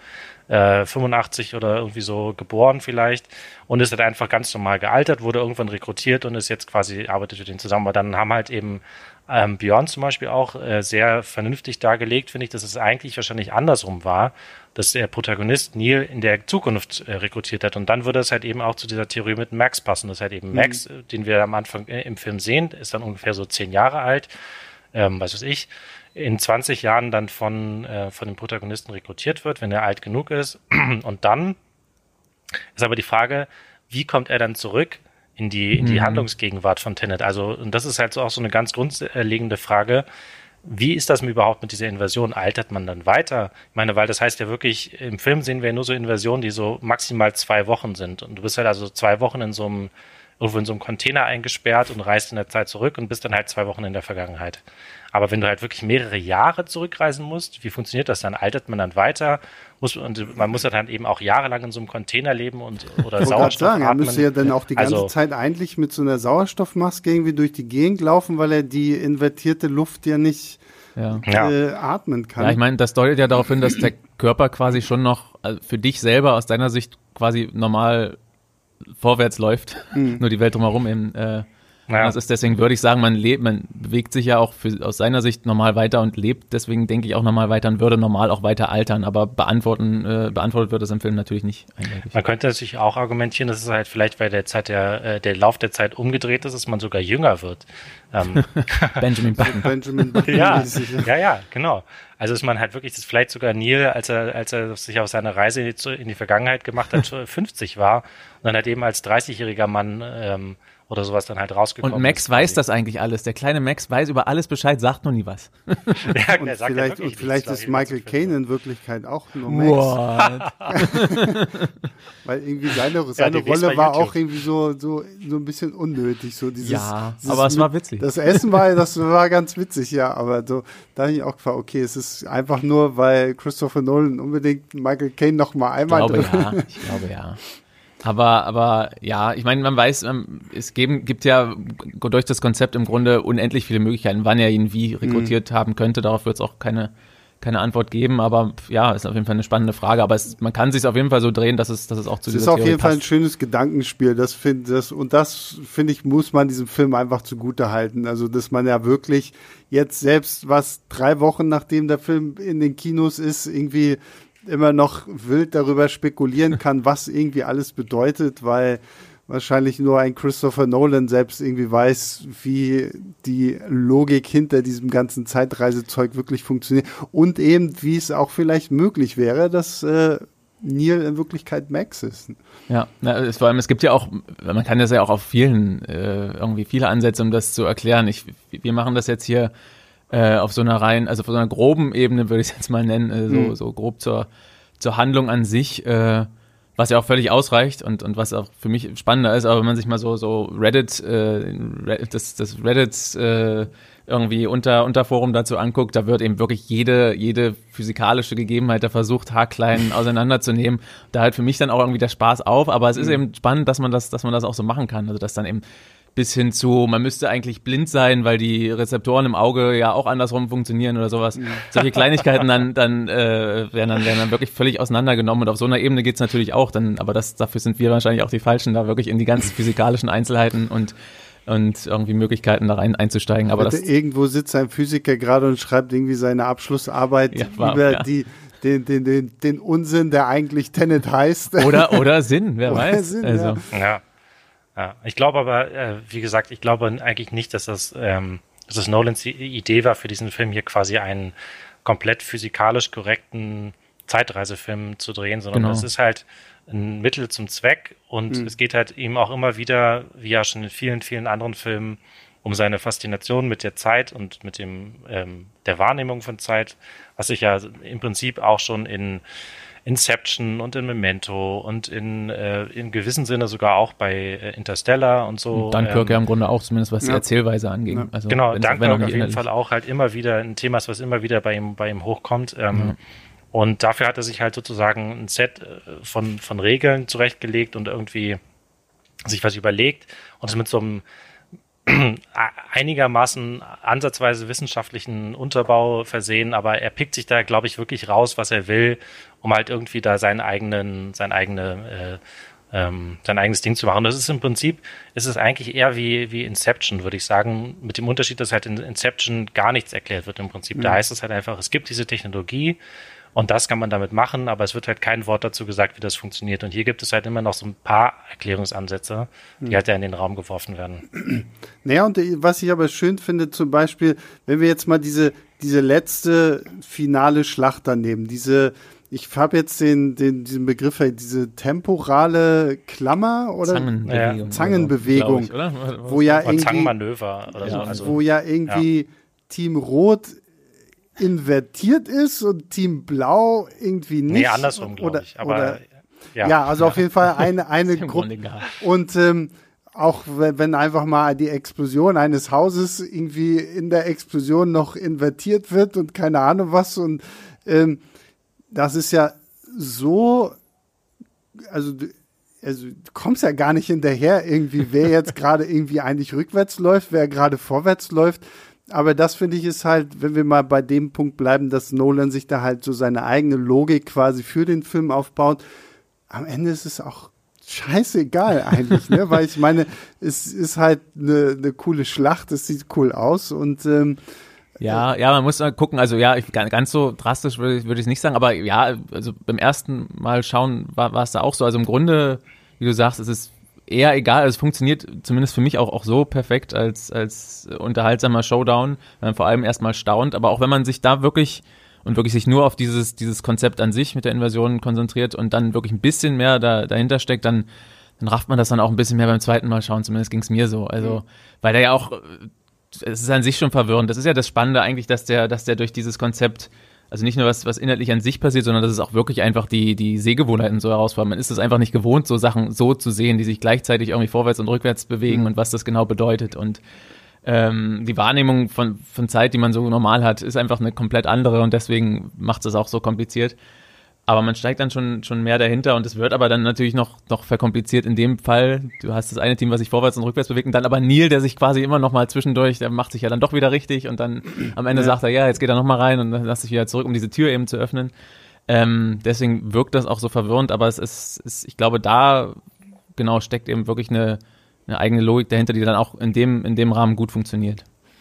85 oder irgendwie so geboren vielleicht und ist halt einfach ganz normal gealtert, wurde irgendwann rekrutiert und ist jetzt quasi, arbeitet mit denen zusammen. Aber dann haben halt eben Björn zum Beispiel auch sehr vernünftig dargelegt, finde ich, dass es eigentlich wahrscheinlich andersrum war, dass der Protagonist Neil in der Zukunft rekrutiert hat. Und dann würde es halt eben auch zu dieser Theorie mit Max passen. Das ist halt eben Max, den wir am Anfang im Film sehen, ist dann ungefähr so 10 Jahre alt, was weiß ich, in 20 Jahren dann von dem Protagonisten rekrutiert wird, wenn er alt genug ist. Und dann ist aber die Frage, wie kommt er dann zurück in die Handlungsgegenwart von Tenet? Also, und das ist halt so auch so eine ganz grundlegende Frage. Wie ist das überhaupt mit dieser Invasion? Altert man dann weiter? Ich meine, weil das heißt ja wirklich, im Film sehen wir ja nur so Invasionen, die so maximal 2 Wochen sind. Und du bist halt also 2 Wochen irgendwo in so einem Container eingesperrt und reist in der Zeit zurück und bist dann halt 2 Wochen in der Vergangenheit. Aber wenn du halt wirklich mehrere Jahre zurückreisen musst, wie funktioniert das dann? Altert man dann weiter? Man muss dann eben auch jahrelang in so einem Container leben oder Sauerstoff atmen. Er müsste ja dann auch die ganze Zeit eigentlich mit so einer Sauerstoffmaske irgendwie durch die Gegend laufen, weil er die invertierte Luft ja nicht atmen kann. Ja, ich meine, das deutet ja darauf hin, dass der Körper quasi schon noch für dich selber aus deiner Sicht quasi normal vorwärts läuft, nur die Welt drumherum eben. Das ist deswegen, würde ich sagen, man bewegt sich ja auch aus seiner Sicht normal weiter und lebt, deswegen denke ich auch normal weiter und würde normal auch weiter altern, aber beantwortet wird das im Film natürlich nicht eindeutig. Man könnte natürlich auch argumentieren, dass es halt vielleicht, weil der Lauf der Zeit umgedreht ist, dass man sogar jünger wird. Benjamin Button. Ja, genau. Also ist man halt wirklich, dass vielleicht sogar Neil, als er sich auf seine Reise in die Vergangenheit gemacht hat, 50 war und dann halt eben als 30-jähriger Mann oder sowas dann halt rausgekommen ist. Und Max weiß das eigentlich alles. Der kleine Max weiß über alles Bescheid, sagt nur nie was. Ja, und vielleicht ist Michael Caine in Wirklichkeit auch nur Max. Weil irgendwie seine Rolle war auch irgendwie so ein bisschen unnötig. So dieses, aber es war witzig. Das Essen war ganz witzig, ja. Aber so, da habe ich auch gefragt, okay, es ist einfach nur, weil Christopher Nolan unbedingt Michael Caine noch mal einmal Ich glaube ja. Aber ja, ich meine, man weiß, es gibt ja durch das Konzept im Grunde unendlich viele Möglichkeiten, wann er ihn wie rekrutiert haben könnte. Darauf wird es auch keine Antwort geben, aber ja, ist auf jeden Fall eine spannende Frage. Aber man kann sich auf jeden Fall so drehen, dass es auch zu dieser Theorie passt. Es ist auf jeden Fall ein schönes Gedankenspiel. Das finde ich, muss man diesem Film einfach zugute halten. Also, dass man ja wirklich jetzt selbst 3 Wochen nachdem der Film in den Kinos ist, irgendwie immer noch wild darüber spekulieren kann, was irgendwie alles bedeutet, weil wahrscheinlich nur ein Christopher Nolan selbst irgendwie weiß, wie die Logik hinter diesem ganzen Zeitreisezeug wirklich funktioniert und eben, wie es auch vielleicht möglich wäre, dass Neil in Wirklichkeit Max ist. Ja, vor allem, es gibt ja auch, man kann das ja auch auf irgendwie viele Ansätze, um das zu erklären. Wir machen das jetzt hier auf so einer groben Ebene, würde ich es jetzt mal nennen, so grob zur Handlung an sich, was ja auch völlig ausreicht und was auch für mich spannender ist, aber wenn man sich mal so Reddit, das Reddit irgendwie Unterforum dazu anguckt, da wird eben wirklich jede physikalische Gegebenheit da versucht, haarklein auseinanderzunehmen. Da halt für mich dann auch irgendwie der Spaß auf, aber es ist eben spannend, dass man das auch so machen kann, also dass dann eben bis hin zu, man müsste eigentlich blind sein, weil die Rezeptoren im Auge ja auch andersrum funktionieren oder sowas. Solche Kleinigkeiten dann werden dann wirklich völlig auseinandergenommen und auf so einer Ebene geht's natürlich auch, aber dafür sind wir wahrscheinlich auch die Falschen, da wirklich in die ganz physikalischen Einzelheiten und irgendwie Möglichkeiten da rein einzusteigen. Aber irgendwo sitzt ein Physiker gerade und schreibt irgendwie seine Abschlussarbeit über den Unsinn, der eigentlich Tenet heißt. Oder Sinn, wer weiß. Sinn, also. Ja. Ja, ich glaube aber, wie gesagt, ich glaube eigentlich nicht, dass das Nolans Idee war, für diesen Film hier quasi einen komplett physikalisch korrekten Zeitreisefilm zu drehen, sondern es ist halt ein Mittel zum Zweck und es geht halt ihm auch immer wieder, wie ja schon in vielen, vielen anderen Filmen, um seine Faszination mit der Zeit und mit der Wahrnehmung von Zeit, was sich ja im Prinzip auch schon in Inception und in Memento und in gewissem Sinne sogar auch bei Interstellar und so. Dunkirk ja im Grunde auch, zumindest was die Erzählweise angeht. Ja. Also, genau, Dunkirk auf jeden Fall auch halt immer wieder ein Thema, was immer wieder bei ihm hochkommt. Und dafür hat er sich halt sozusagen ein Set von Regeln zurechtgelegt und irgendwie sich was überlegt und es mit so einem einigermaßen ansatzweise wissenschaftlichen Unterbau versehen, aber er pickt sich da, glaube ich, wirklich raus, was er will, um halt irgendwie da sein eigenes Ding zu machen. Und das ist im Prinzip, ist es eigentlich eher wie Inception, würde ich sagen, mit dem Unterschied, dass halt in Inception gar nichts erklärt wird im Prinzip. Da heißt es halt einfach, es gibt diese Technologie und das kann man damit machen, aber es wird halt kein Wort dazu gesagt, wie das funktioniert. Und hier gibt es halt immer noch so ein paar Erklärungsansätze, die halt ja in den Raum geworfen werden. Naja, und was ich aber schön finde, zum Beispiel, wenn wir jetzt mal diese letzte finale Schlacht daneben, ich habe jetzt diesen Begriff, diese temporale Klammer oder Zangenbewegung, ich, oder? Wo ja irgendwie Zangenmanöver oder so. Also, wo ja irgendwie Team Rot invertiert ist und Team Blau irgendwie nicht. Nee, andersrum, glaube ich. Aber, auf jeden Fall eine Gruppe. Und auch wenn einfach mal die Explosion eines Hauses irgendwie in der Explosion noch invertiert wird und keine Ahnung was. Und das ist ja so, also du kommst ja gar nicht hinterher irgendwie, wer jetzt gerade irgendwie eigentlich rückwärts läuft, wer gerade vorwärts läuft. Aber das, finde ich, ist halt, wenn wir mal bei dem Punkt bleiben, dass Nolan sich da halt so seine eigene Logik quasi für den Film aufbaut. Am Ende ist es auch scheißegal eigentlich, ne? Weil ich meine, es ist halt eine coole Schlacht, es sieht cool aus und man muss mal gucken, also ganz so drastisch würde ich es nicht sagen, aber ja, also beim ersten Mal schauen war es da auch so. Also im Grunde, wie du sagst, es ist eher egal, also es funktioniert zumindest für mich auch so perfekt als unterhaltsamer Showdown, wenn man vor allem erstmal staunt, aber auch wenn man sich da wirklich sich nur auf dieses Konzept an sich mit der Invasion konzentriert und dann wirklich ein bisschen mehr dahinter steckt, dann rafft man das dann auch ein bisschen mehr beim zweiten Mal schauen, zumindest ging es mir so, also weil der ja auch, es ist an sich schon verwirrend, das ist ja das Spannende eigentlich, dass der durch dieses Konzept, also nicht nur was inhaltlich an sich passiert, sondern dass es auch wirklich einfach die Sehgewohnheiten so herausfordert. Man ist es einfach nicht gewohnt, so Sachen so zu sehen, die sich gleichzeitig irgendwie vorwärts und rückwärts bewegen und was das genau bedeutet. Und die Wahrnehmung von Zeit, die man so normal hat, ist einfach eine komplett andere und deswegen macht es das auch so kompliziert. Aber man steigt dann schon mehr dahinter und es wird aber dann natürlich noch verkompliziert in dem Fall. Du hast das eine Team, was sich vorwärts und rückwärts bewegt und dann aber Neil, der sich quasi immer noch mal zwischendurch, der macht sich ja dann doch wieder richtig und dann am Ende sagt er, ja, jetzt geht er noch mal rein und dann lässt sich wieder zurück, um diese Tür eben zu öffnen. Deswegen wirkt das auch so verwirrend, aber es ist, ich glaube, da genau steckt eben wirklich eine eigene Logik dahinter, die dann auch in dem Rahmen gut funktioniert.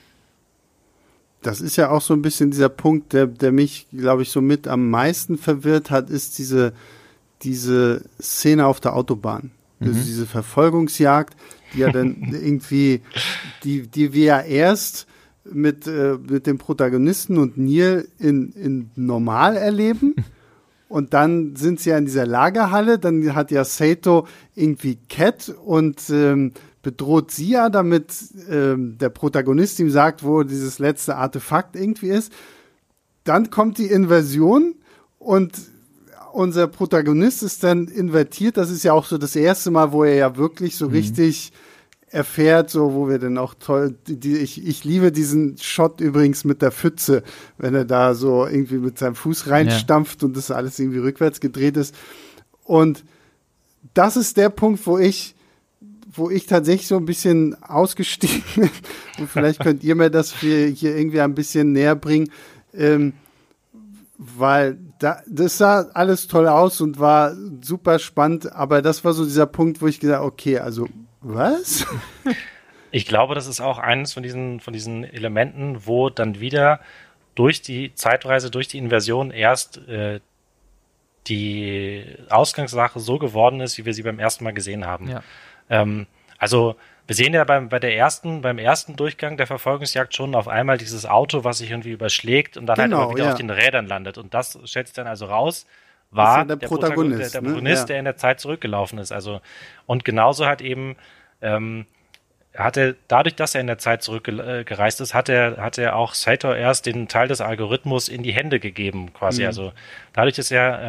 Das ist ja auch so ein bisschen dieser Punkt, der mich, glaube ich, so mit am meisten verwirrt hat, ist diese Szene auf der Autobahn. Also diese Verfolgungsjagd, die ja dann irgendwie, die wir ja erst mit dem Protagonisten und Neil in normal erleben. Und dann sind sie ja in dieser Lagerhalle, dann hat ja Saito irgendwie Cat und bedroht sie ja, damit der Protagonist ihm sagt, wo dieses letzte Artefakt irgendwie ist. Dann kommt die Inversion und unser Protagonist ist dann invertiert. Das ist ja auch so das erste Mal, wo er ja wirklich so richtig erfährt, so wo wir dann auch toll, ich liebe diesen Shot übrigens mit der Pfütze, wenn er da so irgendwie mit seinem Fuß reinstampft und das alles irgendwie rückwärts gedreht ist. Und das ist der Punkt, wo ich wo ich tatsächlich so ein bisschen ausgestiegen bin, und vielleicht könnt ihr mir das hier irgendwie ein bisschen näher bringen, weil das sah alles toll aus und war super spannend, aber das war so dieser Punkt, wo ich gesagt habe, okay, also was? Ich glaube, das ist auch eines von diesen Elementen, wo dann wieder durch die Zeitreise, durch die Inversion erst die Ausgangssache so geworden ist, wie wir sie beim ersten Mal gesehen haben. Ja. Also wir sehen ja beim ersten Durchgang der Verfolgungsjagd schon auf einmal dieses Auto, was sich irgendwie überschlägt und dann halt aber wieder auf den Rädern landet. Und das stellt sich dann also raus, war ja der Protagonist, der in der Zeit zurückgelaufen ist. Also, und genauso hat eben dadurch, dass er in der Zeit zurückgereist ist, hat er auch Sator erst den Teil des Algorithmus in die Hände gegeben, quasi. Mhm. Also dadurch, dass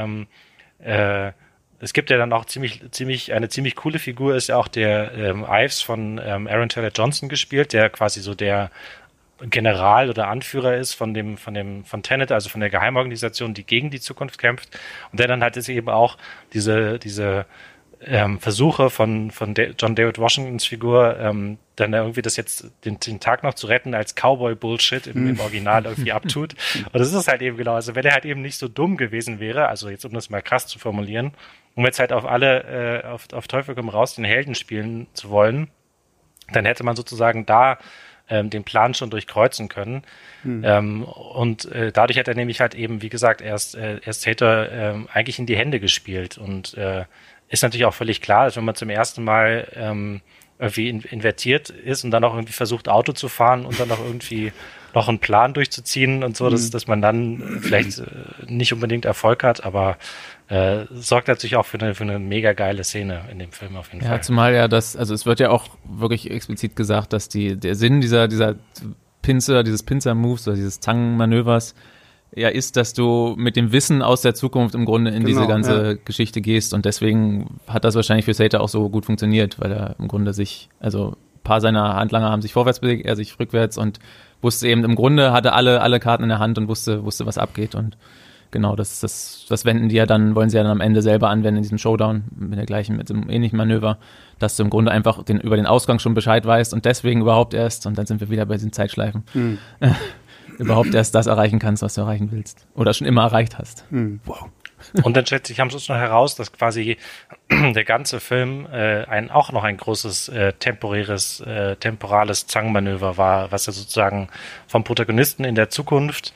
es gibt ja dann auch eine ziemlich coole Figur, ist ja auch der Ives von Aaron Taylor Johnson gespielt, der quasi so der General oder Anführer ist von Tenet, also von der Geheimorganisation, die gegen die Zukunft kämpft, und der dann halt jetzt eben auch diese Versuche von John David Washingtons Figur, dann irgendwie das jetzt den Tag noch zu retten als Cowboy-Bullshit im Original irgendwie abtut. Und das ist halt eben genau, also wenn er halt eben nicht so dumm gewesen wäre, also jetzt um das mal krass zu formulieren, um jetzt halt auf Teufel komm raus den Helden spielen zu wollen, dann hätte man sozusagen da den Plan schon durchkreuzen können. Und dadurch hat er nämlich halt eben, wie gesagt, erst Sator eigentlich in die Hände gespielt, und ist natürlich auch völlig klar, dass wenn man zum ersten Mal irgendwie invertiert ist und dann auch irgendwie versucht, Auto zu fahren und dann auch irgendwie noch einen Plan durchzuziehen und so, dass man dann vielleicht nicht unbedingt Erfolg hat, aber sorgt natürlich auch für eine mega geile Szene in dem Film auf jeden Fall. Ja, zumal ja also es wird ja auch wirklich explizit gesagt, dass der Sinn dieser dieses Pincer-Moves oder dieses Zangenmanövers ja ist, dass du mit dem Wissen aus der Zukunft im Grunde in diese ganze Geschichte gehst, und deswegen hat das wahrscheinlich für Sator auch so gut funktioniert, weil er im Grunde ein paar seiner Handlanger haben sich vorwärts bewegt, er sich rückwärts, und wusste eben, im Grunde hatte alle Karten in der Hand und wusste, was abgeht, und genau, das wollen sie ja dann am Ende selber anwenden in diesem Showdown mit dem ähnlichen Manöver, dass du im Grunde einfach über den Ausgang schon Bescheid weißt und deswegen überhaupt erst, und dann sind wir wieder bei diesen Zeitschleifen, überhaupt erst das erreichen kannst, was du erreichen willst. Oder schon immer erreicht hast. Wow. Und dann stellt sich am Schluss noch heraus, dass quasi der ganze Film auch noch ein großes temporales Zangenmanöver war, was ja sozusagen vom Protagonisten in der Zukunft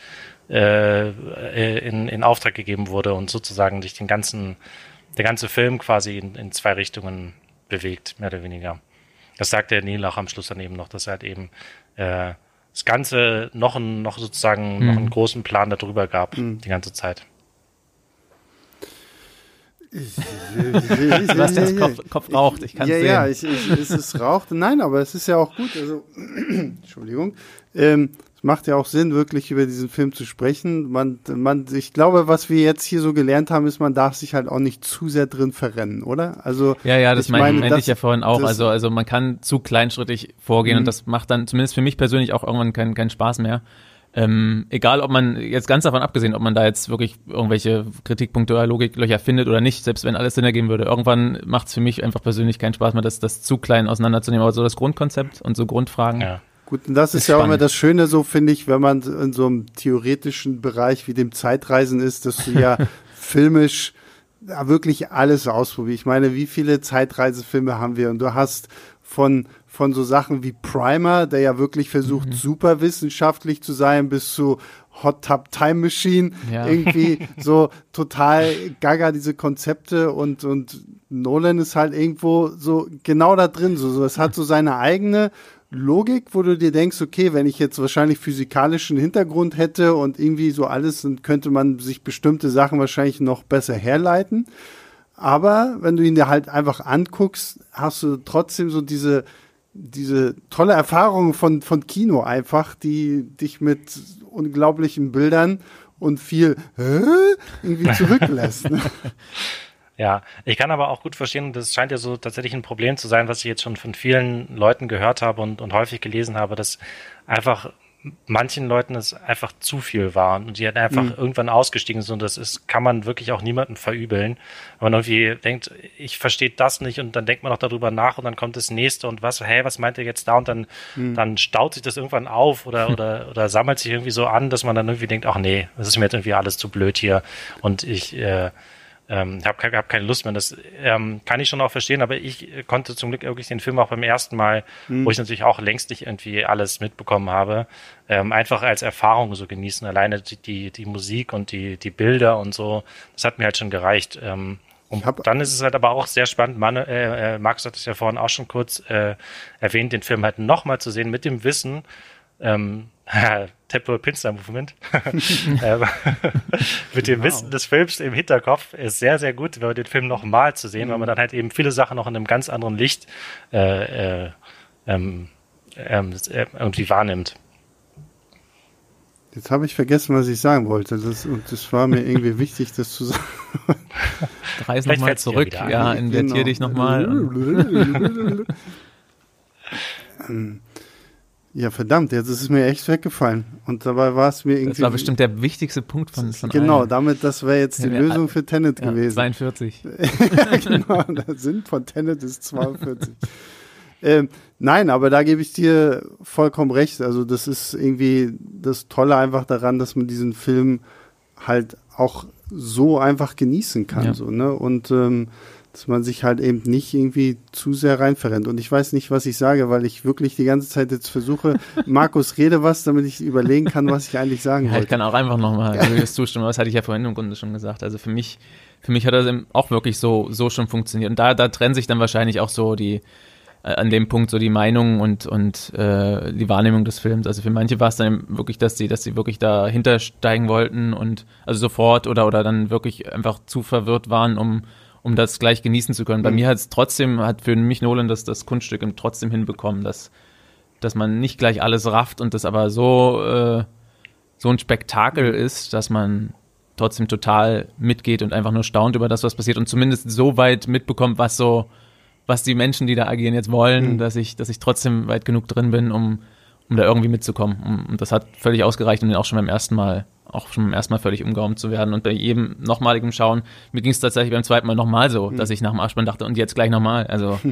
in Auftrag gegeben wurde und sozusagen sich der ganze Film quasi in zwei Richtungen bewegt, mehr oder weniger. Das sagt der Neil auch am Schluss dann eben noch, dass er halt eben das Ganze noch einen großen Plan darüber gab, die ganze Zeit. Sebastians Kopf raucht, ich kann es sehen. Ja, es raucht. Nein, aber es ist ja auch gut. Also, Entschuldigung. Es macht ja auch Sinn, wirklich über diesen Film zu sprechen. Ich glaube, was wir jetzt hier so gelernt haben, ist, man darf sich halt auch nicht zu sehr drin verrennen, oder? Also ja, das meinte ich ja vorhin auch. Also man kann zu kleinschrittig vorgehen, und das macht dann zumindest für mich persönlich auch irgendwann keinen Spaß mehr. Egal, ob man jetzt ganz davon abgesehen, ob man da jetzt wirklich irgendwelche Kritikpunkte oder Logiklöcher findet oder nicht, selbst wenn alles Sinn ergeben würde, irgendwann macht es für mich einfach persönlich keinen Spaß mehr, das zu klein auseinanderzunehmen. Aber so das Grundkonzept und so Grundfragen. Ja. Gut, und das ist ja auch immer das Schöne, so finde ich, wenn man in so einem theoretischen Bereich wie dem Zeitreisen ist, dass du ja filmisch wirklich alles ausprobierst. Ich meine, wie viele Zeitreisefilme haben wir? Und du hast von so Sachen wie Primer, der ja wirklich versucht, super wissenschaftlich zu sein, bis zu Hot Tub Time Machine, irgendwie so total gaga diese Konzepte, und Nolan ist halt irgendwo so genau da drin, so es hat so seine eigene Logik, wo du dir denkst, okay, wenn ich jetzt wahrscheinlich physikalischen Hintergrund hätte und irgendwie so alles, dann könnte man sich bestimmte Sachen wahrscheinlich noch besser herleiten. Aber wenn du ihn dir halt einfach anguckst, hast du trotzdem so diese tolle Erfahrung von Kino einfach, die dich mit unglaublichen Bildern und viel irgendwie zurücklässt. Ne? Ja, ich kann aber auch gut verstehen, das scheint ja so tatsächlich ein Problem zu sein, was ich jetzt schon von vielen Leuten gehört habe und häufig gelesen habe, dass einfach manchen Leuten es einfach zu viel war und die halt einfach irgendwann ausgestiegen sind. Und kann man wirklich auch niemandem verübeln. Wenn man irgendwie denkt, ich verstehe das nicht und dann denkt man noch darüber nach und dann kommt das nächste und was meint ihr jetzt da? Und dann staut sich das irgendwann auf oder sammelt sich irgendwie so an, dass man dann irgendwie denkt, ach nee, das ist mir jetzt irgendwie alles zu blöd hier und ich hab keine Lust mehr. Das kann ich schon auch verstehen, aber ich konnte zum Glück wirklich den Film auch beim ersten Mal, wo ich natürlich auch längst nicht irgendwie alles mitbekommen habe, einfach als Erfahrung so genießen. Alleine die Musik und die Bilder und so, das hat mir halt schon gereicht. Und dann ist es halt aber auch sehr spannend, Markus hat es ja vorhin auch schon kurz erwähnt, den Film halt nochmal zu sehen mit dem Wissen, Temporal Pincer Movement. Mit dem Wissen des Films im Hinterkopf ist sehr, sehr gut, den Film nochmal zu sehen, weil man dann halt eben viele Sachen noch in einem ganz anderen Licht irgendwie wahrnimmt. Jetzt habe ich vergessen, was ich sagen wollte. Das war mir irgendwie wichtig, das zu sagen. Reis nochmal zurück, ja, invertier dich nochmal. Ja, verdammt, jetzt ist es mir echt weggefallen. Und dabei war es mir irgendwie... Das war bestimmt der wichtigste Punkt von genau, das wäre jetzt die Lösung für Tenet gewesen. 42. Genau, der Sinn von Tenet ist 42. Nein, aber da gebe ich dir vollkommen recht. Also das ist irgendwie das Tolle einfach daran, dass man diesen Film halt auch so einfach genießen kann. Ja. So, ne? Und dass man sich halt eben nicht irgendwie zu sehr reinverrennt. Und ich weiß nicht, was ich sage, weil ich wirklich die ganze Zeit jetzt versuche, Markus, rede was, damit ich überlegen kann, was ich eigentlich sagen wollte. Ich kann auch einfach nochmal zustimmen, das hatte ich ja vorhin im Grunde schon gesagt. Also für mich hat das auch wirklich so schon funktioniert. Und da trennen sich dann wahrscheinlich auch so an dem Punkt so die Meinungen und die Wahrnehmung des Films. Also für manche war es dann wirklich, dass sie wirklich dahinter steigen wollten und also sofort oder dann wirklich einfach zu verwirrt waren, um das gleich genießen zu können. Bei mir hat für mich Nolan das Kunststück trotzdem hinbekommen, dass man nicht gleich alles rafft und das aber so ein Spektakel ist, dass man trotzdem total mitgeht und einfach nur staunt über das, was passiert und zumindest so weit mitbekommt, was die Menschen, die da agieren, jetzt wollen, dass ich trotzdem weit genug drin bin, um da irgendwie mitzukommen. Und das hat völlig ausgereicht, um auch schon beim ersten Mal völlig umgehauen zu werden. Und bei jedem nochmaligen Schauen, mir ging es tatsächlich beim zweiten Mal nochmal so, dass ich nach dem Abspann dachte, und jetzt gleich nochmal. Also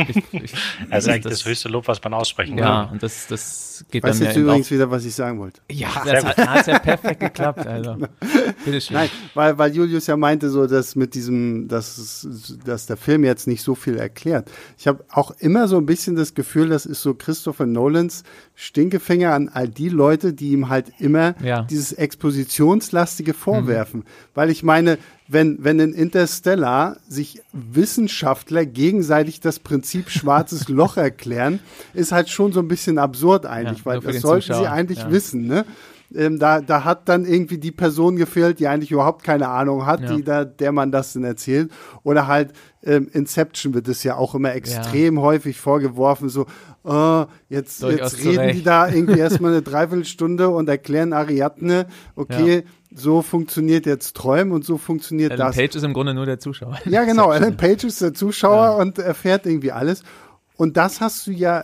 also eigentlich das höchste Lob, was man aussprechen kann. Ja, und das geht bei mir. Weißt du jetzt übrigens wieder, was ich sagen wollte? Ja, das hat ja perfekt geklappt. Also, bitteschön. Nein, weil Julius ja meinte so, dass mit diesem, dass der Film jetzt nicht so viel erklärt. Ich habe auch immer so ein bisschen das Gefühl, das ist so Christopher Nolans Stinkefinger an all die Leute, die ihm halt immer dieses expositionslastige vorwerfen. Weil ich meine, wenn in Interstellar sich Wissenschaftler gegenseitig das Prinzip schwarzes Loch erklären, ist halt schon so ein bisschen absurd eigentlich, weil das sollten sie eigentlich wissen, ne? Da hat dann irgendwie die Person gefehlt, die eigentlich überhaupt keine Ahnung hat, der man das denn erzählt. Oder halt Inception wird es ja auch immer extrem häufig vorgeworfen, so jetzt reden die da irgendwie erstmal eine Dreiviertelstunde und erklären Ariadne, okay, so funktioniert jetzt Träumen und so funktioniert Alan das. Page ist im Grunde nur der Zuschauer. Ja, genau, Alan Page ist der Zuschauer und erfährt irgendwie alles. Und das hast du ja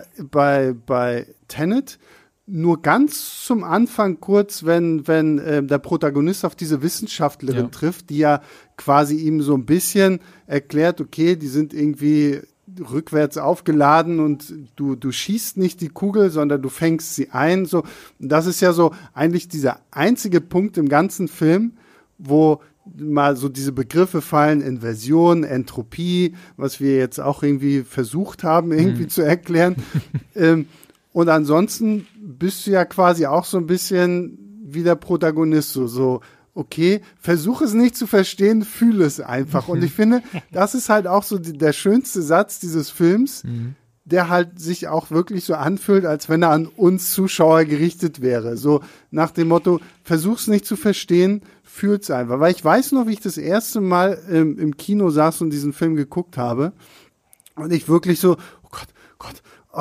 bei Tenet nur ganz zum Anfang kurz, wenn der Protagonist auf diese Wissenschaftlerin trifft, die ja quasi ihm so ein bisschen erklärt, okay, die sind irgendwie rückwärts aufgeladen und du schießt nicht die Kugel, sondern du fängst sie ein. So, das ist ja so eigentlich dieser einzige Punkt im ganzen Film, wo mal so diese Begriffe fallen, Inversion, Entropie, was wir jetzt auch irgendwie versucht haben, irgendwie zu erklären. Und ansonsten bist du ja quasi auch so ein bisschen wie der Protagonist, so okay, versuch es nicht zu verstehen, fühle es einfach. Und ich finde, das ist halt auch so der schönste Satz dieses Films, der halt sich auch wirklich so anfühlt, als wenn er an uns Zuschauer gerichtet wäre. So nach dem Motto, versuch's nicht zu verstehen, fühl's einfach. Weil ich weiß noch, wie ich das erste Mal im Kino saß und diesen Film geguckt habe und ich wirklich so, oh Gott,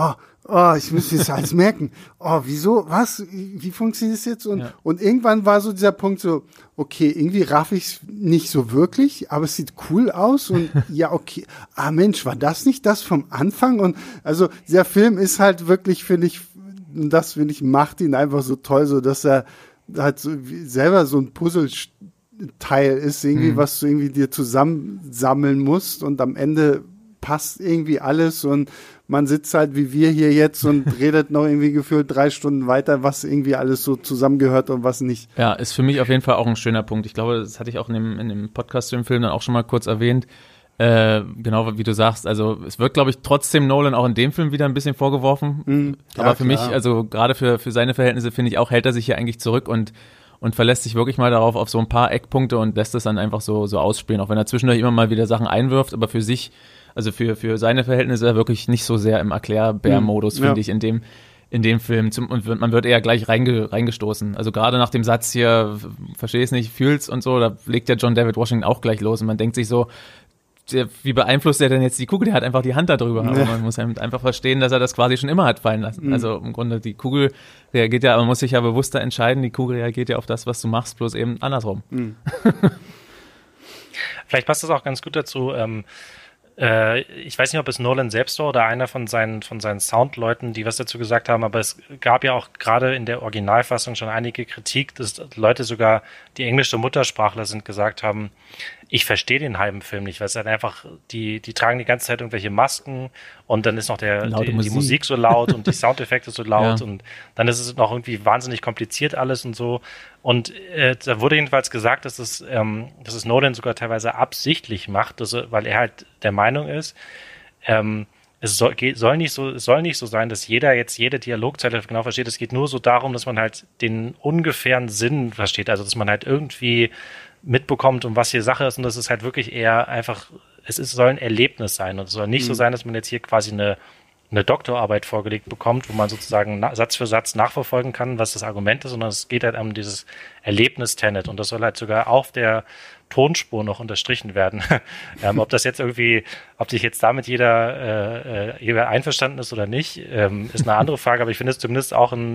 ich müsste das alles merken. Wieso? Was? Wie funktioniert das jetzt? Und irgendwann war so dieser Punkt so, okay, irgendwie raff ich's nicht so wirklich, aber es sieht cool aus und ja, okay. Mensch, war das nicht das vom Anfang? Und also dieser Film ist halt wirklich, finde ich, das, finde ich, macht ihn einfach so toll, so dass er halt so selber so ein Puzzleteil ist, irgendwie, was du irgendwie dir zusammensammeln musst und am Ende passt irgendwie alles und man sitzt halt wie wir hier jetzt und redet noch irgendwie gefühlt 3 Stunden weiter, was irgendwie alles so zusammengehört und was nicht. Ja, ist für mich auf jeden Fall auch ein schöner Punkt. Ich glaube, das hatte ich auch in dem Podcast zu dem Film dann auch schon mal kurz erwähnt. Genau wie du sagst, also es wird, glaube ich, trotzdem Nolan auch in dem Film wieder ein bisschen vorgeworfen. Aber für mich, also gerade für seine Verhältnisse, finde ich auch, hält er sich hier eigentlich zurück und verlässt sich wirklich mal darauf auf so ein paar Eckpunkte und lässt es dann einfach so ausspielen, auch wenn er zwischendurch immer mal wieder Sachen einwirft, aber für sich, also für seine Verhältnisse, er wirklich nicht so sehr im Erklärbär-Modus, finde ich, in dem Film. Und man wird eher gleich reingestoßen. Also gerade nach dem Satz hier, versteh's nicht, fühl's und so, da legt ja John David Washington auch gleich los und man denkt sich so, wie beeinflusst er denn jetzt die Kugel? Der hat einfach die Hand da drüber. Aber man muss einfach verstehen, dass er das quasi schon immer hat fallen lassen. Also im Grunde, die Kugel reagiert ja, man muss sich ja bewusster entscheiden, die Kugel reagiert ja auf das, was du machst, bloß eben andersrum. Vielleicht passt das auch ganz gut dazu. Ich weiß nicht, ob es Nolan selbst war oder einer von seinen Soundleuten, die was dazu gesagt haben, aber es gab ja auch gerade in der Originalfassung schon einige Kritik, dass Leute sogar, die englische Muttersprachler sind, gesagt haben, ich verstehe den halben Film nicht, weil es halt einfach, die tragen die ganze Zeit irgendwelche Masken und dann ist noch die Musik so laut und die Soundeffekte so laut und dann ist es noch irgendwie wahnsinnig kompliziert alles und so. Und da wurde jedenfalls gesagt, dass es Nolan sogar teilweise absichtlich macht, weil er halt der Meinung ist, es soll nicht so sein, dass jede Dialogzeile genau versteht. Es geht nur so darum, dass man halt den ungefähren Sinn versteht, also dass man halt irgendwie mitbekommt, um was hier Sache ist und das ist halt wirklich eher einfach, soll ein Erlebnis sein und es soll nicht so sein, dass man jetzt hier quasi eine Doktorarbeit vorgelegt bekommt, wo man sozusagen Satz für Satz nachverfolgen kann, was das Argument ist, sondern es geht halt um dieses Erlebnis Tenet und das soll halt sogar auf der Tonspur noch unterstrichen werden. Ob sich jetzt damit jeder einverstanden ist oder nicht, ist eine andere Frage, aber ich finde es zumindest auch ein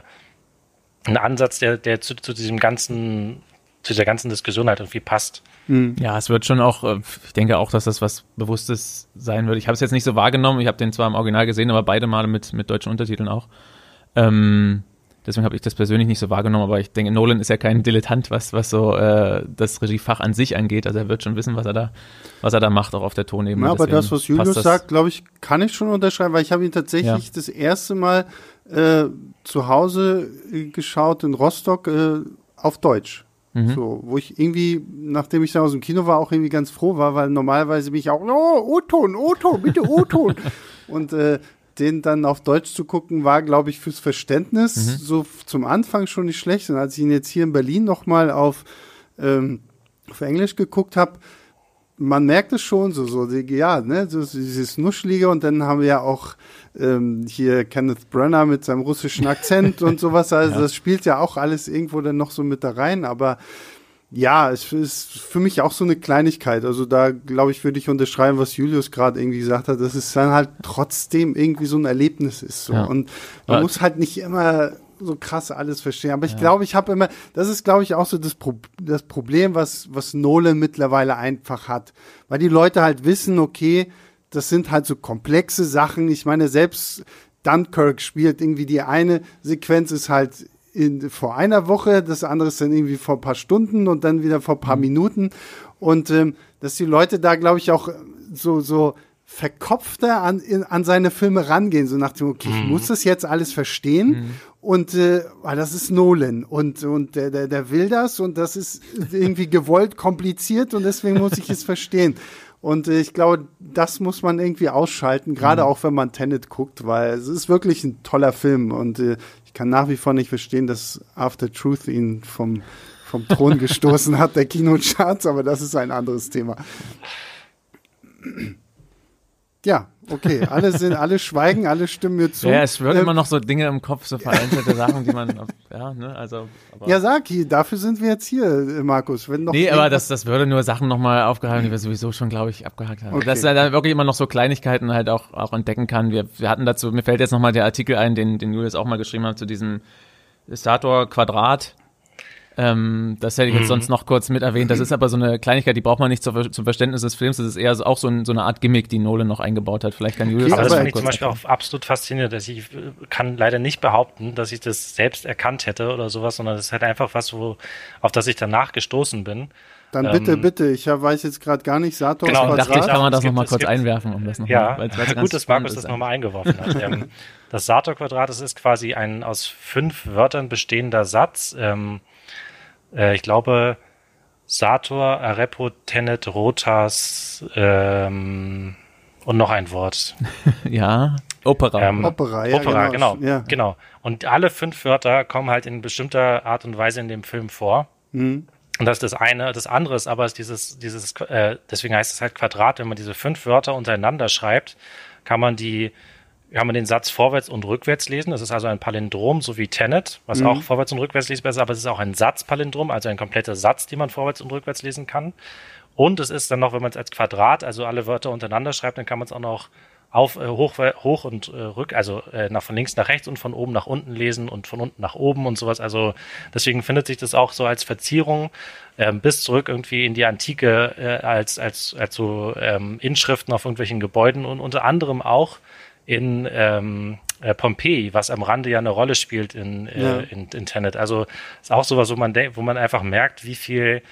Ansatz, der zu dieser ganzen Diskussion halt irgendwie passt. Ja, es wird schon auch, ich denke auch, dass das was Bewusstes sein wird. Ich habe es jetzt nicht so wahrgenommen, ich habe den zwar im Original gesehen, aber beide Male mit deutschen Untertiteln auch. Deswegen habe ich das persönlich nicht so wahrgenommen, aber ich denke, Nolan ist ja kein Dilettant, was so das Regiefach an sich angeht. Also er wird schon wissen, was er da macht, auch auf der Tonebene. Ja, aber das, was Julius sagt, glaube ich, kann ich schon unterschreiben, weil ich habe ihn tatsächlich das erste Mal zu Hause geschaut in Rostock auf Deutsch. So, wo ich irgendwie, nachdem ich da aus dem Kino war, auch irgendwie ganz froh war, weil normalerweise bin ich auch, O-Ton, bitte O-Ton. Und den dann auf Deutsch zu gucken, war, glaube ich, fürs Verständnis so zum Anfang schon nicht schlecht. Und als ich ihn jetzt hier in Berlin nochmal auf Englisch geguckt habe, man merkt es schon, so dieses Nuschelige und dann haben wir ja auch hier Kenneth Branagh mit seinem russischen Akzent und sowas, also das spielt ja auch alles irgendwo dann noch so mit da rein, aber ja, es ist für mich auch so eine Kleinigkeit, also da glaube ich, würde ich unterschreiben, was Julius gerade irgendwie gesagt hat, dass es dann halt trotzdem irgendwie so ein Erlebnis ist so und man muss halt nicht immer so krass alles verstehen. Aber ich glaube, das ist, glaube ich, auch so das Problem, was Nolan mittlerweile einfach hat. Weil die Leute halt wissen, okay, das sind halt so komplexe Sachen. Ich meine, selbst Dunkirk spielt irgendwie die eine Sequenz ist halt vor einer Woche, das andere ist dann irgendwie vor ein paar Stunden und dann wieder vor ein paar Minuten. Und dass die Leute da, glaube ich, auch so verkopfter an seine Filme rangehen, so nach dem, okay, ich muss das jetzt alles verstehen und weil das ist Nolan und der will das und das ist irgendwie gewollt kompliziert und deswegen muss ich es verstehen. Und ich glaube, das muss man irgendwie ausschalten, gerade auch wenn man Tenet guckt, weil es ist wirklich ein toller Film und ich kann nach wie vor nicht verstehen, dass After Truth ihn vom Thron gestoßen hat, der Kinocharts, aber das ist ein anderes Thema. Ja, okay, alle schweigen, alle stimmen mir zu. Ja, es schwirren immer noch so Dinge im Kopf, so vereinzelte Sachen, die man, Ja, sag, dafür sind wir jetzt hier, Markus. Wenn noch aber das würde nur Sachen nochmal aufgehalten, die wir sowieso schon, glaube ich, abgehakt haben. Okay. Dass er da wirklich immer noch so Kleinigkeiten halt auch entdecken kann. Wir hatten dazu, mir fällt jetzt nochmal der Artikel ein, den Julius auch mal geschrieben hat, zu diesem Stator Quadrat. Das hätte ich jetzt sonst noch kurz mit erwähnt. Das ist aber so eine Kleinigkeit, die braucht man nicht zum Verständnis des Films. Das ist eher auch so eine Art Gimmick, die Nolan noch eingebaut hat. Vielleicht kann Julius aber das finde ich zum Beispiel auch absolut faszinierend. Dass ich kann leider nicht behaupten, dass ich das selbst erkannt hätte oder sowas, sondern das ist halt einfach was, auf das ich danach gestoßen bin. Dann bitte. Ich weiß jetzt gerade gar nicht, Sators Quadrat. Genau, dachte ich, kann man das nochmal kurz einwerfen, um das nochmal. Ja, gut, dass Markus das nochmal eingeworfen hat. Das Sator-Quadrat, das ist quasi ein aus 5 Wörtern bestehender Satz. Ich glaube, Sator, Arepo, Tenet, Rotas und noch ein Wort. Ja, Opera. Opera, genau. Ja. Genau. Und alle 5 Wörter kommen halt in bestimmter Art und Weise in dem Film vor. Und das ist das eine. Das andere ist aber deswegen heißt es halt Quadrat, wenn man diese 5 Wörter untereinander schreibt, kann man den Satz vorwärts und rückwärts lesen. Das ist also ein Palindrom, so wie Tenet, was auch vorwärts und rückwärts lesbar ist, aber es ist auch ein Satzpalindrom, also ein kompletter Satz, den man vorwärts und rückwärts lesen kann. Und es ist dann noch, wenn man es als Quadrat, also alle Wörter untereinander schreibt, dann kann man es auch noch hoch und rück, also von links nach rechts und von oben nach unten lesen und von unten nach oben und sowas. Also deswegen findet sich das auch so als Verzierung bis zurück irgendwie in die Antike als so Inschriften auf irgendwelchen Gebäuden und unter anderem auch in Pompeji, was am Rande ja eine Rolle spielt in Tenet. Also ist auch sowas, wo man einfach merkt, wie viele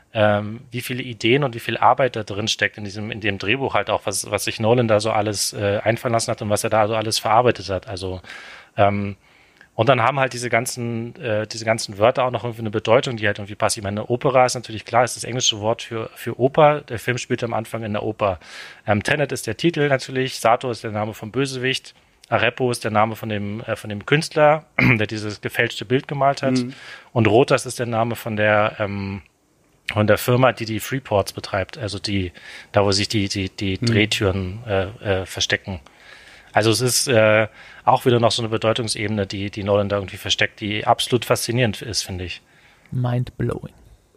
Ideen und wie viel Arbeit da drin steckt in dem Drehbuch halt auch, was sich Nolan da so alles einfallen lassen hat und was er da so alles verarbeitet hat. Also und dann haben halt diese ganzen Wörter auch noch irgendwie eine Bedeutung, die halt irgendwie passt. Ich meine, Opera ist natürlich klar, ist das englische Wort für Oper. Der Film spielt am Anfang in der Oper. Tenet ist der Titel natürlich, Sator ist der Name vom Bösewicht, Arepo ist der Name von dem Künstler, der dieses gefälschte Bild gemalt hat. Und Rotas ist der Name von der Firma, die Freeports betreibt, also da wo sich die Drehtüren verstecken. Also es ist auch wieder noch so eine Bedeutungsebene, die Nolan da irgendwie versteckt, die absolut faszinierend ist, finde ich. Mind-blowing.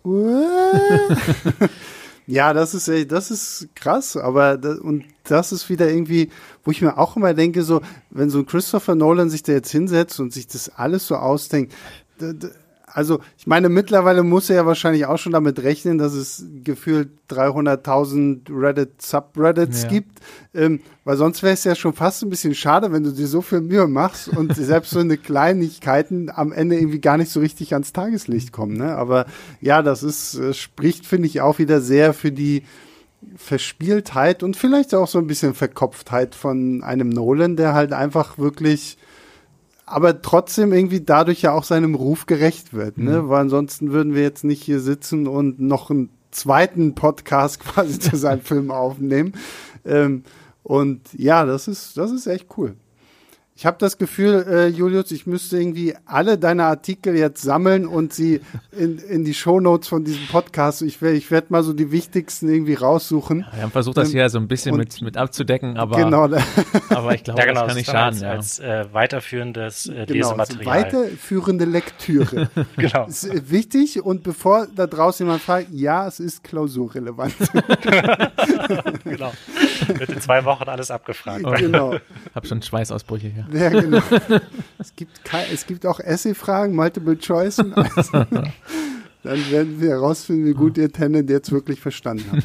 Ja, das ist krass, aber das ist wieder irgendwie, wo ich mir auch immer denke, so, wenn so ein Christopher Nolan sich da jetzt hinsetzt und sich das alles so ausdenkt, also ich meine, mittlerweile muss er ja wahrscheinlich auch schon damit rechnen, dass es gefühlt 300.000 Subreddits gibt, weil sonst wäre es ja schon fast ein bisschen schade, wenn du dir so viel Mühe machst und selbst so eine Kleinigkeiten am Ende irgendwie gar nicht so richtig ans Tageslicht kommen, ne? Aber ja, das spricht, finde ich, auch wieder sehr für die Verspieltheit und vielleicht auch so ein bisschen Verkopftheit von einem Nolan, der halt einfach wirklich aber trotzdem irgendwie dadurch ja auch seinem Ruf gerecht wird, ne? Weil ansonsten würden wir jetzt nicht hier sitzen und noch einen zweiten Podcast quasi zu seinem Film aufnehmen. Und ja, das ist echt cool. Ich habe das Gefühl, Julius, ich müsste irgendwie alle deine Artikel jetzt sammeln und sie in die Shownotes von diesem Podcast. Ich werde mal so die wichtigsten irgendwie raussuchen. Ja, wir haben versucht, das hier so ein bisschen mit abzudecken, aber, genau. Aber ich glaube, das kann nicht schaden. Als weiterführendes Lesematerial. Weiterführende Lektüre. Genau. Ist wichtig und bevor da draußen jemand fragt, ja, es ist klausurrelevant. Genau. Wird in 2 Wochen alles abgefragt. Genau. Hab schon Schweißausbrüche hier. Ja, genau. Es gibt auch Essay-Fragen, Multiple Choice. Also, dann werden wir herausfinden, wie gut ihr Tenet jetzt wirklich verstanden habt.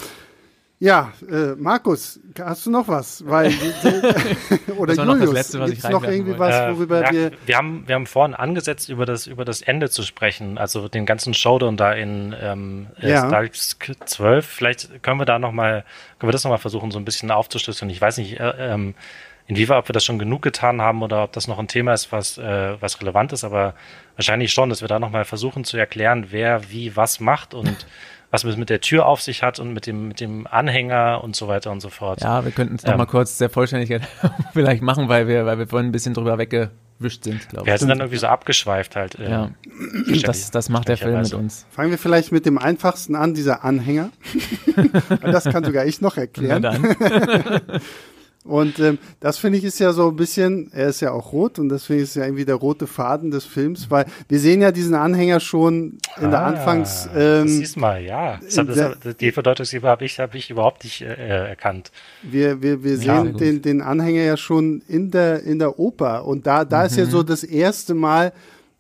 Ja, Markus, hast du noch was? Weil, oder das war Julius, noch das Letzte, was ich noch irgendwie was, worüber wir haben vorhin angesetzt, über das Ende zu sprechen, also den ganzen Showdown da in Star 12. Vielleicht können wir das nochmal versuchen, so ein bisschen aufzuschlüsseln. Ich weiß nicht, inwieweit, ob wir das schon genug getan haben oder ob das noch ein Thema ist, was relevant ist, aber wahrscheinlich schon, dass wir da nochmal versuchen zu erklären, wer wie was macht und was es mit der Tür auf sich hat und mit dem Anhänger und so weiter und so fort. Ja, wir könnten es nochmal kurz der Vollständigkeit vielleicht machen, weil wir vorhin ein bisschen drüber weggewischt sind, glaube ich. Wir sind dann irgendwie so abgeschweift halt. Ja, das macht der Film mit uns. Fangen wir vielleicht mit dem einfachsten an, dieser Anhänger. Das kann sogar ich noch erklären. Na dann. Und das finde ich ist ja so ein bisschen, er ist ja auch rot und deswegen ist ja irgendwie der rote Faden des Films, weil wir sehen ja diesen Anhänger schon in der Anfangs... das siehst mal, ja. Die Bedeutungsliebe habe ich überhaupt nicht erkannt. Wir sehen den Anhänger ja schon in der Oper und da ist ja so das erste Mal,